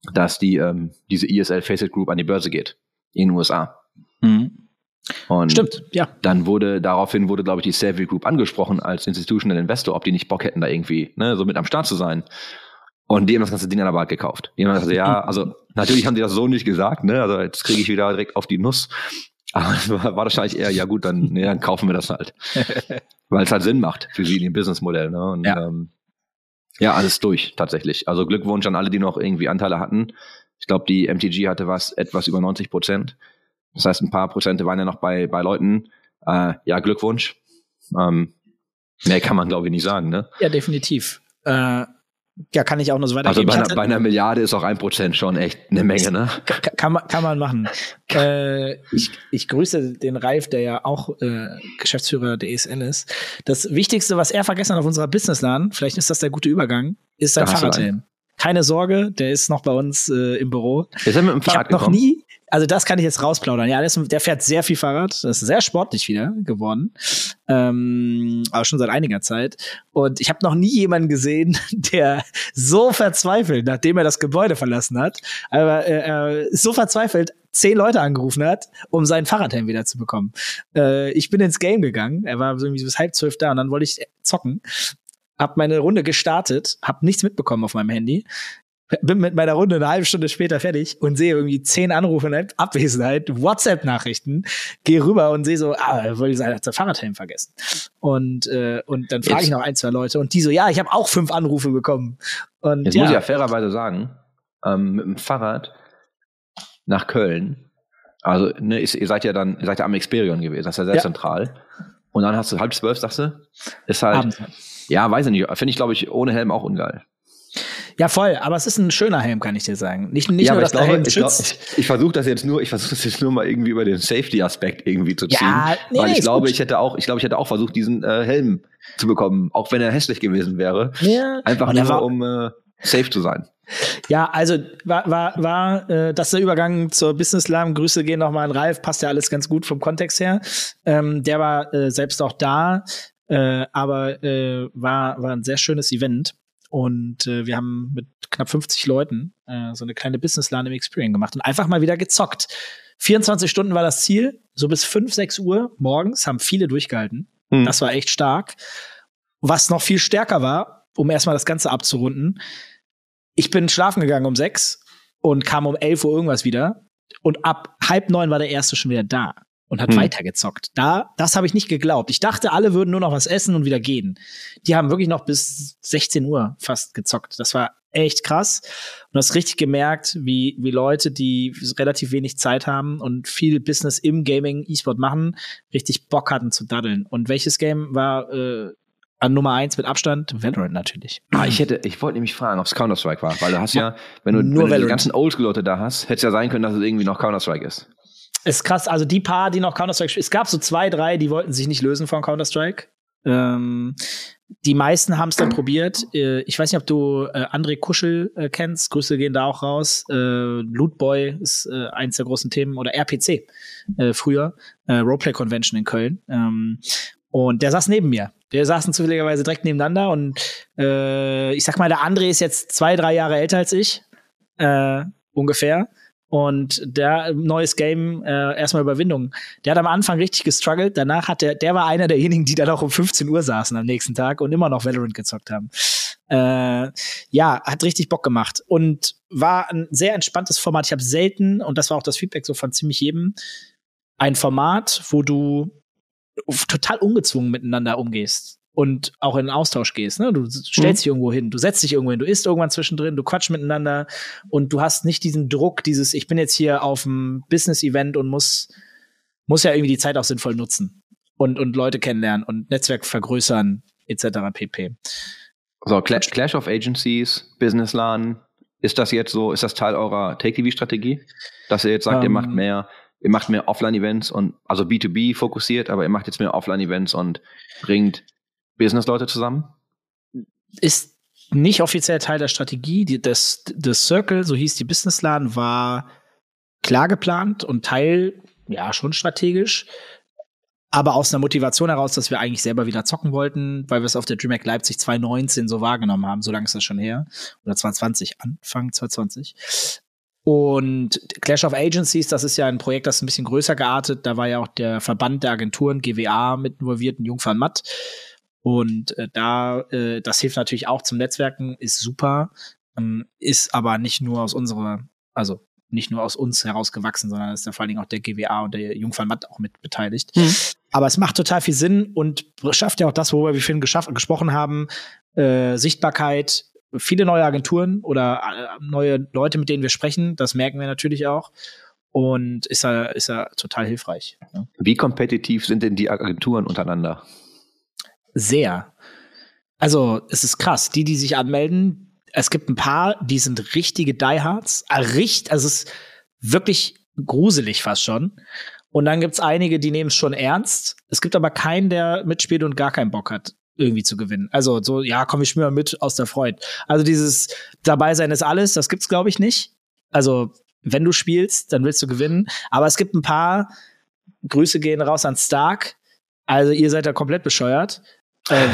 Speaker 1: dass die ähm, diese E S L Faceit Group an die Börse geht in den U S A.
Speaker 2: Mhm.
Speaker 1: Und
Speaker 2: Stimmt, ja.
Speaker 1: Dann wurde, daraufhin wurde, glaube ich, die Savvy Group angesprochen als Institutional Investor, ob die nicht Bock hätten, da irgendwie ne, so mit am Start zu sein. Und die haben das ganze Ding an der Bar gekauft. Die haben gesagt, ja, also natürlich haben die das so nicht gesagt, ne? Also jetzt kriege ich wieder direkt auf die Nuss. Aber es war, war wahrscheinlich eher, ja gut, dann, nee, dann kaufen wir das halt. Weil es halt Sinn macht für sie in ihrem Businessmodell. Ne? Und,
Speaker 2: ja.
Speaker 1: Ähm, ja, alles durch, tatsächlich. Also Glückwunsch an alle, die noch irgendwie Anteile hatten. Ich glaube, die M T G hatte was etwas über neunzig Prozent. Das heißt, ein paar Prozente waren ja noch bei, bei Leuten. Äh, ja, Glückwunsch. Ähm, mehr kann man, glaube ich, nicht sagen, ne?
Speaker 2: Ja, definitiv. Äh, ja, kann ich auch nur so weitergeben.
Speaker 1: Also bei einer, bei einer Milliarde ist auch ein Prozent schon echt eine Menge, ne?
Speaker 2: Kann, kann, man, kann man machen. äh, ich, ich grüße den Ralf, der ja auch äh, Geschäftsführer der E S L ist. Das Wichtigste, was er vergessen hat auf unserer Businessladen, vielleicht ist das der gute Übergang, ist sein Fahrradhelm. Keine Sorge, der ist noch bei uns äh, im Büro.
Speaker 1: Ist er mit dem Fahrrad
Speaker 2: ich hab noch nie, also das kann ich jetzt rausplaudern. Ja, der, ist, der fährt sehr viel Fahrrad. Das ist sehr sportlich wieder geworden. Ähm, aber schon seit einiger Zeit. Und ich habe noch nie jemanden gesehen, der so verzweifelt, nachdem er das Gebäude verlassen hat, aber äh, äh, so verzweifelt zehn Leute angerufen hat, um seinen Fahrradhelm wieder zu bekommen. Äh, ich bin ins Game gegangen. Er war irgendwie bis halb zwölf da und dann wollte ich zocken. Hab meine Runde gestartet, hab nichts mitbekommen auf meinem Handy, bin mit meiner Runde eine halbe Stunde später fertig und sehe irgendwie zehn Anrufe in Abwesenheit, WhatsApp-Nachrichten, gehe rüber und sehe so, ah, wollte ich sagen, hat der Fahrradhelm vergessen. Und äh, und dann frage ich noch ein, zwei Leute und die so, ja, ich habe auch fünf Anrufe bekommen. Und
Speaker 1: jetzt
Speaker 2: ja.
Speaker 1: muss ich ja fairerweise sagen, ähm, mit dem Fahrrad nach Köln, also ne, ihr seid ja dann, ihr seid ja am Experion gewesen, das ist ja sehr ja. zentral. Und dann hast du halb zwölf, sagst du? Ist halt Abends. Ja, weiß ich nicht. Finde ich, glaube ich, ohne Helm auch ungeil.
Speaker 2: Ja, voll. Aber es ist ein schöner Helm, kann ich dir sagen. Nicht, nicht
Speaker 1: ja,
Speaker 2: nur, dass
Speaker 1: glaube,
Speaker 2: der Helm
Speaker 1: ich
Speaker 2: schützt.
Speaker 1: Glaub, ich ich versuche das jetzt nur, ich versuche das jetzt nur mal irgendwie über den Safety-Aspekt irgendwie zu ziehen.
Speaker 2: Ja, nee,
Speaker 1: weil ich
Speaker 2: nee,
Speaker 1: glaube,
Speaker 2: gut.
Speaker 1: ich hätte auch, ich glaube, ich hätte auch versucht, diesen äh, Helm zu bekommen, auch wenn er hässlich gewesen wäre.
Speaker 2: Ja.
Speaker 1: Einfach nur, war, um äh, safe zu sein.
Speaker 2: Ja, also war, war, war äh, das der Übergang zur Business-Lam. Grüße gehen nochmal an Ralf, passt ja alles ganz gut vom Kontext her. Ähm, der war äh, selbst auch da. Äh, aber äh, war war ein sehr schönes Event und äh, wir haben mit knapp fünfzig Leuten äh, so eine kleine Business-LAN im Experience gemacht und einfach mal wieder gezockt. vierundzwanzig Stunden war das Ziel, so bis fünf, sechs Uhr morgens haben viele durchgehalten. Hm. Das war echt stark. Was noch viel stärker war, um erstmal das Ganze abzurunden, ich bin schlafen gegangen um sechs und kam um elf Uhr irgendwas wieder und ab halb neun war der Erste schon wieder da. Und hat hm. weitergezockt. Da, das habe ich nicht geglaubt. Ich dachte, alle würden nur noch was essen und wieder gehen. Die haben wirklich noch bis sechzehn Uhr fast gezockt. Das war echt krass. Und du hast richtig gemerkt, wie, wie Leute, die relativ wenig Zeit haben und viel Business im Gaming, E-Sport machen, richtig Bock hatten zu daddeln. Und welches Game war äh, an Nummer eins mit Abstand? Valorant natürlich.
Speaker 1: Ah, ich hätte, ich wollte nämlich fragen, ob es Counter-Strike war. Weil du hast ja, wenn du, nur wenn du die ganzen Oldschool-Leute da hast, hätte es ja sein können, dass es irgendwie noch Counter-Strike ist.
Speaker 2: Ist krass, also die paar, die noch Counter-Strike spielen, es gab so zwei, drei, die wollten sich nicht lösen von Counter-Strike. Ähm, die meisten haben es dann probiert. Äh, ich weiß nicht, ob du äh, André Kuschel äh, kennst. Grüße gehen da auch raus. Äh, Lootboy ist äh, eins der großen Themen. Oder R P C äh, früher. Äh, Roleplay Convention in Köln. Ähm, und der saß neben mir. Wir saßen zufälligerweise direkt nebeneinander. Und äh, ich sag mal, der André ist jetzt zwei, drei Jahre älter als ich. Äh, ungefähr. Und der neues Game, äh, erstmal Überwindung. Der hat am Anfang richtig gestruggelt. Danach hat der, der war einer derjenigen, die dann auch um fünfzehn Uhr saßen am nächsten Tag und immer noch Valorant gezockt haben. Äh, ja, hat richtig Bock gemacht und war ein sehr entspanntes Format. Ich habe selten, und das war auch das Feedback so von ziemlich jedem, ein Format, wo du total ungezwungen miteinander umgehst. Und auch in den Austausch gehst, ne? Du stellst mhm. dich irgendwo hin, du setzt dich irgendwo hin, du isst irgendwann zwischendrin, du quatschst miteinander und du hast nicht diesen Druck, dieses, ich bin jetzt hier auf einem Business-Event und muss, muss ja irgendwie die Zeit auch sinnvoll nutzen und, und Leute kennenlernen und Netzwerk vergrößern, et cetera pp.
Speaker 1: So, Clash, Clash of Agencies, Business-LAN, ist das jetzt so, ist das Teil eurer Take-T V-Strategie? Dass ihr jetzt sagt, um, ihr macht mehr, ihr macht mehr Offline-Events und, also B zwei B fokussiert, aber ihr macht jetzt mehr Offline-Events und bringt Business-Leute zusammen?
Speaker 2: Ist nicht offiziell Teil der Strategie. Die, das, das Circle, so hieß die Business-LAN, war klar geplant und Teil, ja, schon strategisch. aber aus einer Motivation heraus, dass wir eigentlich selber wieder zocken wollten, weil wir es auf der DreamHack Leipzig zwanzig neunzehn so wahrgenommen haben. So lange ist das schon her. Oder zwanzig zwanzig, Anfang zwanzig zwanzig. Und Clash of Agencies, das ist ja ein Projekt, das ist ein bisschen größer geartet. Da war ja auch der Verband der Agenturen, G W A, mit involviert, in Jungfern Matt. Und äh, da, äh, das hilft natürlich auch zum Netzwerken, ist super, ähm, ist aber nicht nur aus unserer, also nicht nur aus uns herausgewachsen, sondern ist da vor allen Dingen auch der G W A und der Jungfern Matt auch mit beteiligt. Mhm. Aber es macht total viel Sinn und schafft ja auch das, worüber wir vorhin geschaff- gesprochen haben, äh, Sichtbarkeit, viele neue Agenturen oder äh, neue Leute, mit denen wir sprechen, das merken wir natürlich auch. Und ist ja, ist ja total hilfreich. Ja.
Speaker 1: Wie kompetitiv sind denn die Agenturen untereinander?
Speaker 2: Sehr. Also, es ist krass. Die, die sich anmelden, es gibt ein paar, die sind richtige Diehards. Also, es ist wirklich gruselig fast schon. Und dann gibt's einige, die nehmen es schon ernst. Es gibt aber keinen, der mitspielt und gar keinen Bock hat, irgendwie zu gewinnen. Also so, ja, komm, ich schwöre mit aus der Freude. Also dieses Dabeisein ist alles, das gibt's, glaube ich, nicht. Also, wenn du spielst, dann willst du gewinnen. Aber es gibt ein paar, Grüße gehen raus an Stark. Also, ihr seid da komplett bescheuert. ähm,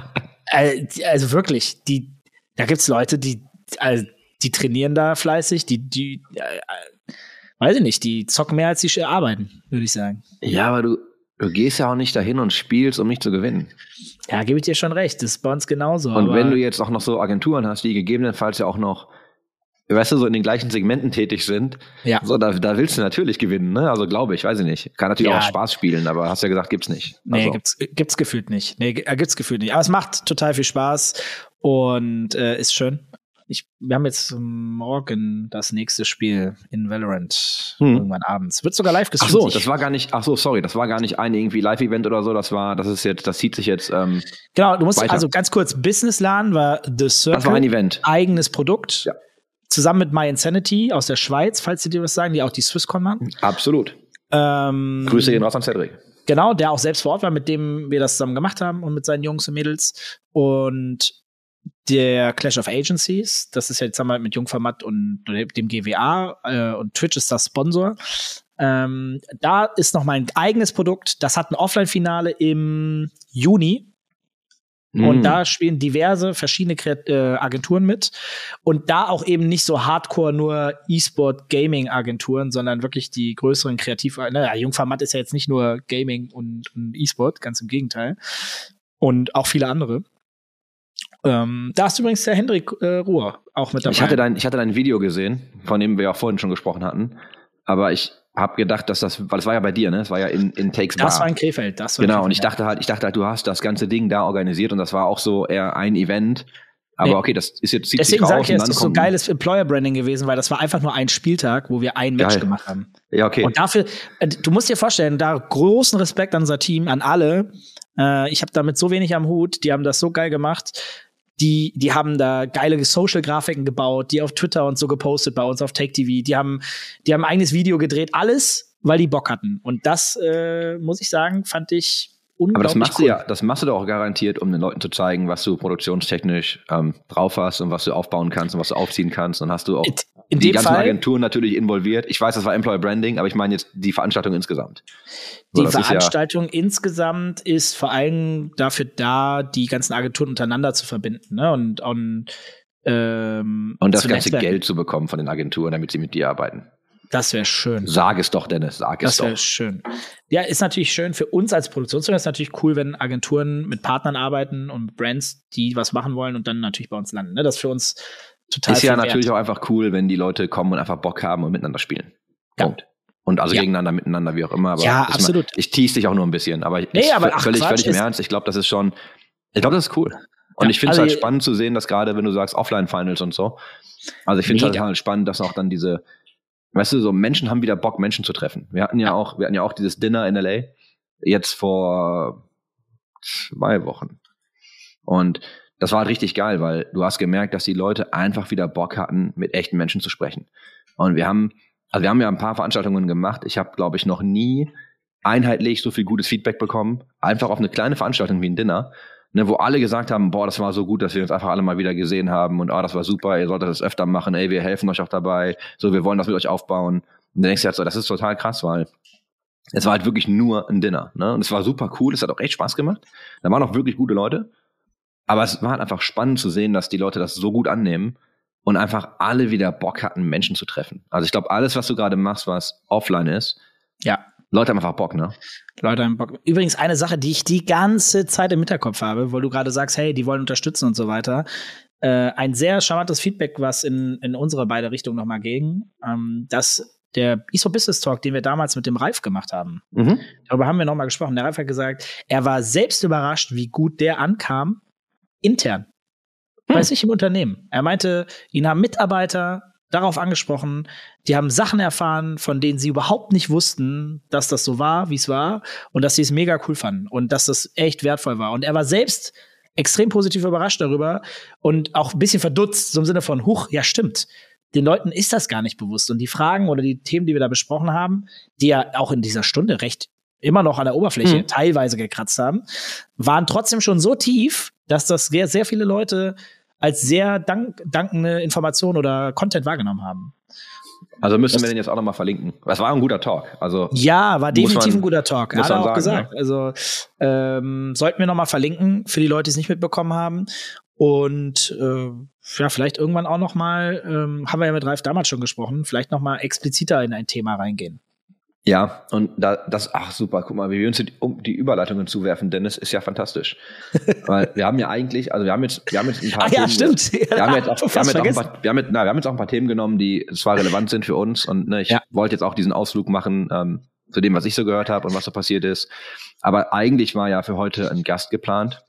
Speaker 2: also wirklich, die, da gibt's Leute, die, also, die trainieren da fleißig, die, die, äh, weiß ich nicht, die zocken mehr als sie arbeiten, würde ich sagen.
Speaker 1: Ja, aber du, du gehst ja auch nicht dahin und spielst, um nicht zu gewinnen.
Speaker 2: Ja, gebe ich dir schon recht, das ist bei uns genauso.
Speaker 1: Und
Speaker 2: aber
Speaker 1: wenn du jetzt auch noch so Agenturen hast, die gegebenenfalls ja auch noch, weißt du, so in den gleichen Segmenten tätig sind,
Speaker 2: ja.
Speaker 1: so, da, da willst du natürlich gewinnen, ne? Also glaube ich, weiß ich nicht. Kann natürlich
Speaker 2: ja.
Speaker 1: auch Spaß spielen, aber hast ja gesagt, gibt's nicht.
Speaker 2: Nee,
Speaker 1: also.
Speaker 2: gibt's, gibt's gefühlt nicht. Nee, gibt's gefühlt nicht. Aber es macht total viel Spaß und äh, ist schön. Ich, wir haben jetzt morgen das nächste Spiel in Valorant, hm. irgendwann abends. Wird sogar live gestreamt.
Speaker 1: Ach so, das war gar nicht, ach so, sorry, das war gar nicht ein irgendwie Live-Event oder so, das war, das ist jetzt, das zieht sich jetzt ähm,
Speaker 2: Genau, du musst,
Speaker 1: weiter.
Speaker 2: Also ganz kurz, Business LAN war The Circle.
Speaker 1: Das war ein Event.
Speaker 2: Eigenes Produkt.
Speaker 1: Ja.
Speaker 2: Zusammen mit My Insanity aus der Schweiz, falls sie dir was sagen, die auch die Swisscon machen.
Speaker 1: Absolut.
Speaker 2: Ähm,
Speaker 1: Grüße gehen raus an Cedric.
Speaker 2: Genau, der auch selbst vor Ort war, mit dem wir das zusammen gemacht haben und mit seinen Jungs und Mädels. Und der Clash of Agencies, das ist ja jetzt zusammen mit Jungfern Matt und dem G W A äh, und Twitch ist das Sponsor. Ähm, da ist noch mein eigenes Produkt, das hat ein Offline-Finale im Juni. Mm. Und da spielen diverse verschiedene Kreat- äh, Agenturen mit. Und da auch eben nicht so hardcore nur E-Sport-Gaming-Agenturen, sondern wirklich die größeren Kreativ-, naja, Jungfern Matt ist ja jetzt nicht nur Gaming und, und E-Sport, ganz im Gegenteil. Und auch viele andere. Ähm, da ist übrigens der Hendrik äh, Ruhr auch mit dabei.
Speaker 1: Ich hatte, dein, ich hatte dein Video gesehen, von dem wir ja vorhin schon gesprochen hatten. Aber ich habe gedacht, dass das, weil es war ja bei dir, ne? Es war ja in, in Takes Bar.
Speaker 2: Das war in Krefeld. Das war
Speaker 1: genau,
Speaker 2: Krefeld,
Speaker 1: und ich dachte halt, ich dachte halt, du hast das ganze Ding da organisiert und das war auch so eher ein Event. Aber nee. Okay, das ist jetzt, zieht
Speaker 2: Deswegen
Speaker 1: sich raus.
Speaker 2: Deswegen sage ich, es ist so geiles Employer-Branding gewesen, weil das war einfach nur ein Spieltag, wo wir ein Match Geil. gemacht haben.
Speaker 1: Ja, okay.
Speaker 2: Und dafür, du musst dir vorstellen, da großen Respekt an unser Team, an alle. Äh, ich habe damit so wenig am Hut, die haben das so geil gemacht. Die, die haben da geile Social-Grafiken gebaut, die auf Twitter und so gepostet bei uns auf Take T V. Die haben, die haben ein eigenes Video gedreht, alles, weil die Bock hatten. Und das, äh, muss ich sagen, fand ich unglaublich
Speaker 1: Aber das machst
Speaker 2: cool.
Speaker 1: du ja, das machst du doch auch garantiert, um den Leuten zu zeigen, was du produktionstechnisch ähm, drauf hast und was du aufbauen kannst und was du aufziehen kannst. Dann hast du auch
Speaker 2: in, in
Speaker 1: die
Speaker 2: dem
Speaker 1: ganzen
Speaker 2: Fall,
Speaker 1: Agenturen natürlich involviert. Ich weiß, das war Employer Branding, aber ich meine jetzt die Veranstaltung insgesamt.
Speaker 2: Die
Speaker 1: so,
Speaker 2: Veranstaltung
Speaker 1: ist ja
Speaker 2: insgesamt ist vor allem dafür da, die ganzen Agenturen untereinander zu verbinden, ne? Und, und, ähm,
Speaker 1: und das ganze
Speaker 2: Netzwerken.
Speaker 1: Geld zu bekommen von den Agenturen, damit sie mit dir arbeiten.
Speaker 2: Das wäre schön.
Speaker 1: Sag es doch, Dennis, sag es
Speaker 2: das
Speaker 1: doch.
Speaker 2: Das wäre schön. Ja, ist natürlich schön für uns als Produktionsfirma. Ist natürlich cool, wenn Agenturen mit Partnern arbeiten und mit Brands, die was machen wollen und dann natürlich bei uns landen. Ne? Das ist für uns total
Speaker 1: Ist ja
Speaker 2: viel
Speaker 1: natürlich
Speaker 2: wert.
Speaker 1: auch einfach cool, wenn die Leute kommen und einfach Bock haben und miteinander spielen.
Speaker 2: Ja.
Speaker 1: Punkt. Und also
Speaker 2: ja.
Speaker 1: gegeneinander, miteinander, wie auch immer. Aber
Speaker 2: ja, absolut.
Speaker 1: Mal, ich tease dich auch nur ein bisschen, aber,
Speaker 2: nee, aber ach,
Speaker 1: völlig,
Speaker 2: Quatsch,
Speaker 1: völlig im Ernst. Ich glaube, das ist schon, ich glaube, das ist cool. Und
Speaker 2: ja,
Speaker 1: ich finde es
Speaker 2: also,
Speaker 1: halt spannend zu sehen, dass gerade, wenn du sagst Offline-Finals und so, also ich finde es halt, halt spannend, dass auch dann diese, weißt du, so Menschen haben wieder Bock, Menschen zu treffen. Wir hatten ja, ja. auch, wir hatten ja auch dieses Dinner in L A jetzt vor zwei Wochen. Und das war halt richtig geil, weil du hast gemerkt, dass die Leute einfach wieder Bock hatten, mit echten Menschen zu sprechen. Und wir haben, also wir haben ja ein paar Veranstaltungen gemacht. Ich habe, glaube ich, noch nie einheitlich so viel gutes Feedback bekommen. Einfach auf eine kleine Veranstaltung wie ein Dinner, ne, wo alle gesagt haben, boah, das war so gut, dass wir uns einfach alle mal wieder gesehen haben und ah, das war super, ihr solltet das öfter machen, ey, wir helfen euch auch dabei, so, wir wollen das mit euch aufbauen. Und dann denkst du halt so, das ist total krass, weil Es war halt wirklich nur ein Dinner, ne? Und es war super cool, es hat auch echt Spaß gemacht. Da waren auch wirklich gute Leute. Aber es war halt einfach spannend zu sehen, dass die Leute das so gut annehmen und einfach alle wieder Bock hatten, Menschen zu treffen. Also ich glaube, alles, was du gerade machst, was offline ist,
Speaker 2: ja.
Speaker 1: Leute haben einfach Bock, ne?
Speaker 2: Leute haben Bock. Übrigens eine Sache, die ich die ganze Zeit im Hinterkopf habe, weil du gerade sagst, hey, die wollen unterstützen und so weiter. Äh, ein sehr charmantes Feedback, was in, in unsere beide Richtungen nochmal ging, ähm, dass der I S O Business Talk, den wir damals mit dem Ralf gemacht haben, mhm. darüber haben wir nochmal gesprochen. Der Ralf hat gesagt, er war selbst überrascht, wie gut der ankam, intern. Hm. Bei sich im Unternehmen. Er meinte, ihn haben Mitarbeiter darauf angesprochen, die haben Sachen erfahren, von denen sie überhaupt nicht wussten, dass das so war, wie es war, und dass sie es mega cool fanden und dass das echt wertvoll war. Und er war selbst extrem positiv überrascht darüber und auch ein bisschen verdutzt, so im Sinne von, huch, ja stimmt, den Leuten ist das gar nicht bewusst. Und die Fragen oder die Themen, die wir da besprochen haben, die ja auch in dieser Stunde recht immer noch an der Oberfläche mhm. teilweise gekratzt haben, waren trotzdem schon so tief, dass das sehr, sehr viele Leute als sehr dank- dankende Information oder Content wahrgenommen haben.
Speaker 1: Also müssen das wir den jetzt auch noch mal verlinken. Das war ein guter Talk. Also
Speaker 2: ja, war definitiv ein guter Talk. Hat er auch
Speaker 1: sagen,
Speaker 2: gesagt.
Speaker 1: Ne?
Speaker 2: Also ähm, sollten wir noch mal verlinken für die Leute, die es nicht mitbekommen haben. Und äh, ja, vielleicht irgendwann auch noch mal, ähm, haben wir ja mit Ralf damals schon gesprochen, vielleicht noch mal expliziter in ein Thema reingehen.
Speaker 1: Ja, und da, das, ach super, guck mal, wie wir uns die, um die Überleitungen zuwerfen, Dennis, ist ja fantastisch. Weil wir haben ja eigentlich, also wir haben jetzt, wir haben jetzt ein paar
Speaker 2: ah,
Speaker 1: Themen.
Speaker 2: Ja, stimmt.
Speaker 1: Wir haben jetzt auch, wir haben jetzt auch ein paar, wir haben jetzt, na, wir haben jetzt auch ein paar Themen genommen, die zwar relevant sind für uns und ne, ich ja. wollte jetzt auch diesen Ausflug machen, ähm, zu dem, was ich so gehört habe und was so passiert ist. Aber eigentlich war ja für heute ein Gast geplant.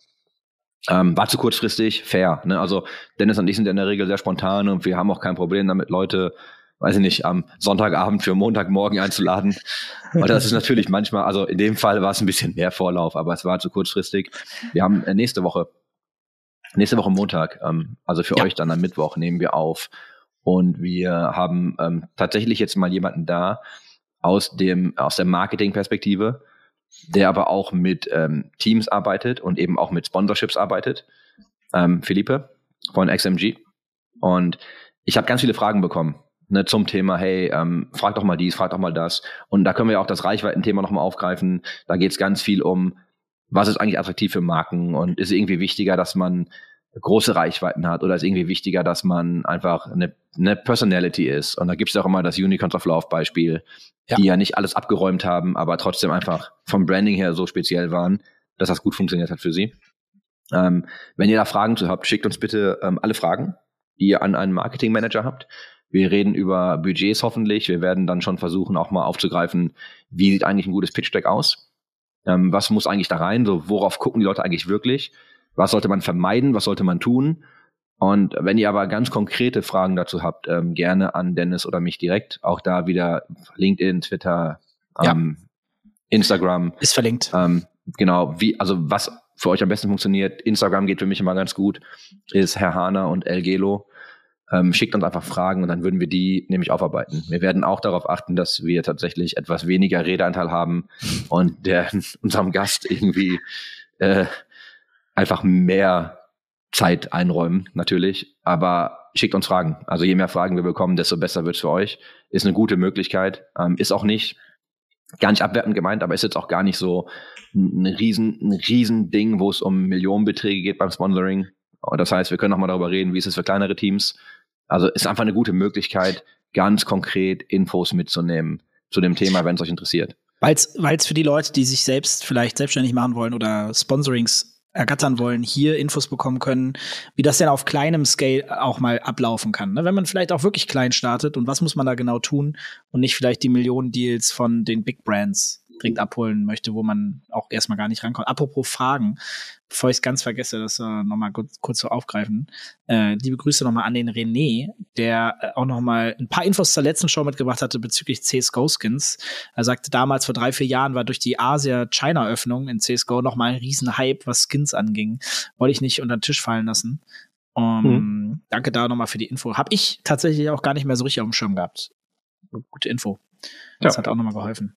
Speaker 1: Ähm, war zu kurzfristig, fair, ne? Also Dennis und ich sind ja in der Regel sehr spontan und wir haben auch kein Problem damit, Leute, weiß ich nicht, am Sonntagabend für Montagmorgen einzuladen. Und das ist natürlich manchmal, also in dem Fall war es ein bisschen mehr Vorlauf, aber es war zu kurzfristig. Wir haben äh, nächste Woche, nächste Woche Montag, ähm, also für ja. euch dann am Mittwoch nehmen wir auf. Und wir haben ähm, tatsächlich jetzt mal jemanden da aus dem, aus der Marketing-Perspektive, der aber auch mit ähm, Teams arbeitet und eben auch mit Sponsorships arbeitet. Ähm, Philippe von X M G. Und ich habe ganz viele Fragen bekommen. Ne, zum Thema, hey, ähm, frag doch mal dies, frag doch mal das. Und da können wir auch das Reichweiten-Thema nochmal aufgreifen. Da geht es ganz viel um, was ist eigentlich attraktiv für Marken und ist irgendwie wichtiger, dass man große Reichweiten hat oder ist irgendwie wichtiger, dass man einfach eine, eine Personality ist. Und da gibt es auch immer das Unicorns of Love Beispiel, ja. die ja nicht alles abgeräumt haben, aber trotzdem einfach vom Branding her so speziell waren, dass das gut funktioniert hat für sie. Ähm, wenn ihr da Fragen zu habt, schickt uns bitte ähm, alle Fragen, die ihr an einen Marketing-Manager habt. Wir reden über Budgets hoffentlich. Wir werden dann schon versuchen, auch mal aufzugreifen, wie sieht eigentlich ein gutes Pitch-Deck aus? Ähm, was muss eigentlich da rein? So, worauf gucken die Leute eigentlich wirklich? Was sollte man vermeiden? Was sollte man tun? Und wenn ihr aber ganz konkrete Fragen dazu habt, ähm, gerne an Dennis oder mich direkt. Auch da wieder LinkedIn, Twitter, ähm, ja. Instagram.
Speaker 2: Ist verlinkt.
Speaker 1: Ähm, genau, wie, also was für euch am besten funktioniert. Instagram geht für mich immer ganz gut. Ist Herr Hahner und El Gelo. Ähm, schickt uns einfach Fragen und dann würden wir die nämlich aufarbeiten. Wir werden auch darauf achten, dass wir tatsächlich etwas weniger Redeanteil haben und der unserem Gast irgendwie äh, einfach mehr Zeit einräumen, natürlich. Aber schickt uns Fragen. Also je mehr Fragen wir bekommen, desto besser wird's für euch. Ist eine gute Möglichkeit. Ähm, ist auch nicht gar nicht abwertend gemeint, aber ist jetzt auch gar nicht so ein riesen, ein riesen Ding, wo es um Millionenbeträge geht beim Sponsoring. Das heißt, wir können noch mal darüber reden, wie ist es für kleinere Teams. Also ist einfach eine gute Möglichkeit, ganz konkret Infos mitzunehmen zu dem Thema, wenn es euch interessiert.
Speaker 2: Weil es für die Leute, die sich selbst vielleicht selbstständig machen wollen oder Sponsorings ergattern wollen, hier Infos bekommen können, wie das denn auf kleinem Scale auch mal ablaufen kann. Ne? Wenn man vielleicht auch wirklich klein startet und was muss man da genau tun und nicht vielleicht die Millionen-Deals von den Big Brands direkt abholen möchte, wo man auch erstmal gar nicht rankommt. Apropos Fragen, bevor ich es ganz vergesse, das äh, nochmal kurz, kurz so aufgreifen. Äh, liebe Grüße nochmal an den René, der äh, auch nochmal ein paar Infos zur letzten Show mitgebracht hatte bezüglich C S G O-Skins. Er sagte, damals vor drei, vier Jahren war durch die Asia-China-Öffnung in C S G O nochmal ein riesen Hype, was Skins anging. Wollte ich nicht unter den Tisch fallen lassen. Um, mhm. Danke da nochmal für die Info. Hab ich tatsächlich auch gar nicht mehr so richtig auf dem Schirm gehabt. Gute Info. Das ja. hat auch nochmal geholfen.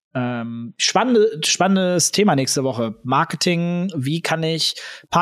Speaker 2: Ähm, spannende, spannendes Thema nächste Woche. Marketing, wie kann ich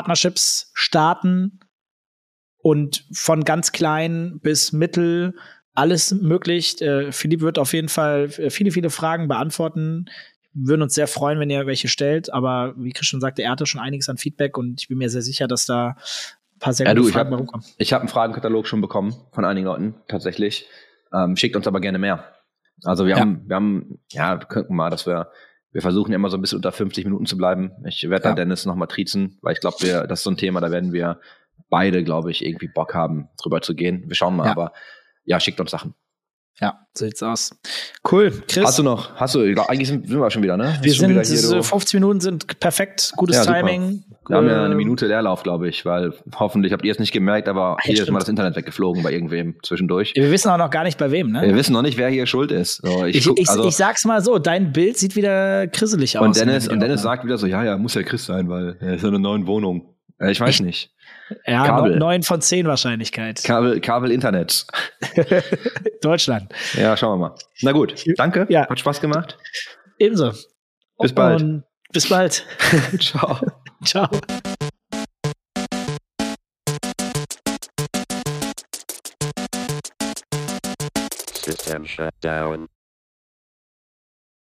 Speaker 2: Partnerships starten und von ganz klein bis mittel alles möglich. Äh, Philipp wird auf jeden Fall viele, viele Fragen beantworten. Wir würden uns sehr freuen, wenn ihr welche stellt. Aber wie Christian sagte, er hatte schon einiges an Feedback und ich bin mir sehr sicher, dass da ein paar sehr
Speaker 1: ja,
Speaker 2: gute
Speaker 1: du,
Speaker 2: Fragen
Speaker 1: ich
Speaker 2: rumkommen.
Speaker 1: Ich habe einen Fragenkatalog schon bekommen von einigen Leuten, tatsächlich. Ähm, schickt uns aber gerne mehr. Also wir
Speaker 2: Ja.
Speaker 1: haben, wir haben, ja, wir gucken mal, dass wir, wir versuchen immer so ein bisschen unter fünfzig Minuten zu bleiben. Ich werde da
Speaker 2: Ja.
Speaker 1: Dennis noch mal triezen, weil ich glaube, wir, das ist so ein Thema, da werden wir beide, glaube ich, irgendwie Bock haben, drüber zu gehen. Wir schauen mal,
Speaker 2: Ja.
Speaker 1: aber ja, schickt uns Sachen.
Speaker 2: Ja, so sieht's aus. Cool, Chris.
Speaker 1: Hast du noch, hast du, ich glaub, eigentlich sind, sind wir schon wieder, ne?
Speaker 2: Wir
Speaker 1: Ist schon
Speaker 2: sind,
Speaker 1: wieder hier,
Speaker 2: diese
Speaker 1: du-
Speaker 2: fünfzig Minuten sind perfekt, gutes
Speaker 1: Ja, super.
Speaker 2: Timing.
Speaker 1: Wir haben ja eine
Speaker 2: Ähm,
Speaker 1: Minute Leerlauf, glaube ich, weil hoffentlich habt ihr es nicht gemerkt, aber
Speaker 2: Ja,
Speaker 1: hier ist
Speaker 2: stimmt.
Speaker 1: mal das Internet weggeflogen bei irgendwem zwischendurch.
Speaker 2: Wir wissen auch noch gar nicht bei wem, ne?
Speaker 1: Wir wissen noch nicht, wer hier schuld ist. So, ich,
Speaker 2: Ich,
Speaker 1: guck,
Speaker 2: ich,
Speaker 1: also,
Speaker 2: ich sag's mal so, dein Bild sieht wieder grisselig aus.
Speaker 1: und Dennis,
Speaker 2: in
Speaker 1: und
Speaker 2: der
Speaker 1: Dennis
Speaker 2: Videoaufnahme.
Speaker 1: sagt wieder so, ja, ja, muss ja Chris sein, weil er ist in einer neuen Wohnung. Äh, ich weiß
Speaker 2: Ich-
Speaker 1: nicht.
Speaker 2: Ja,
Speaker 1: Kabel.
Speaker 2: neun von zehn Wahrscheinlichkeit.
Speaker 1: Kabel, Kabel, Internet.
Speaker 2: Deutschland.
Speaker 1: Ja, schauen wir mal. Na gut, danke.
Speaker 2: Ja.
Speaker 1: Hat Spaß gemacht.
Speaker 2: Ebenso.
Speaker 1: Bis bald.
Speaker 2: Und bis bald.
Speaker 1: Ciao.
Speaker 2: Ciao.
Speaker 3: System shut down.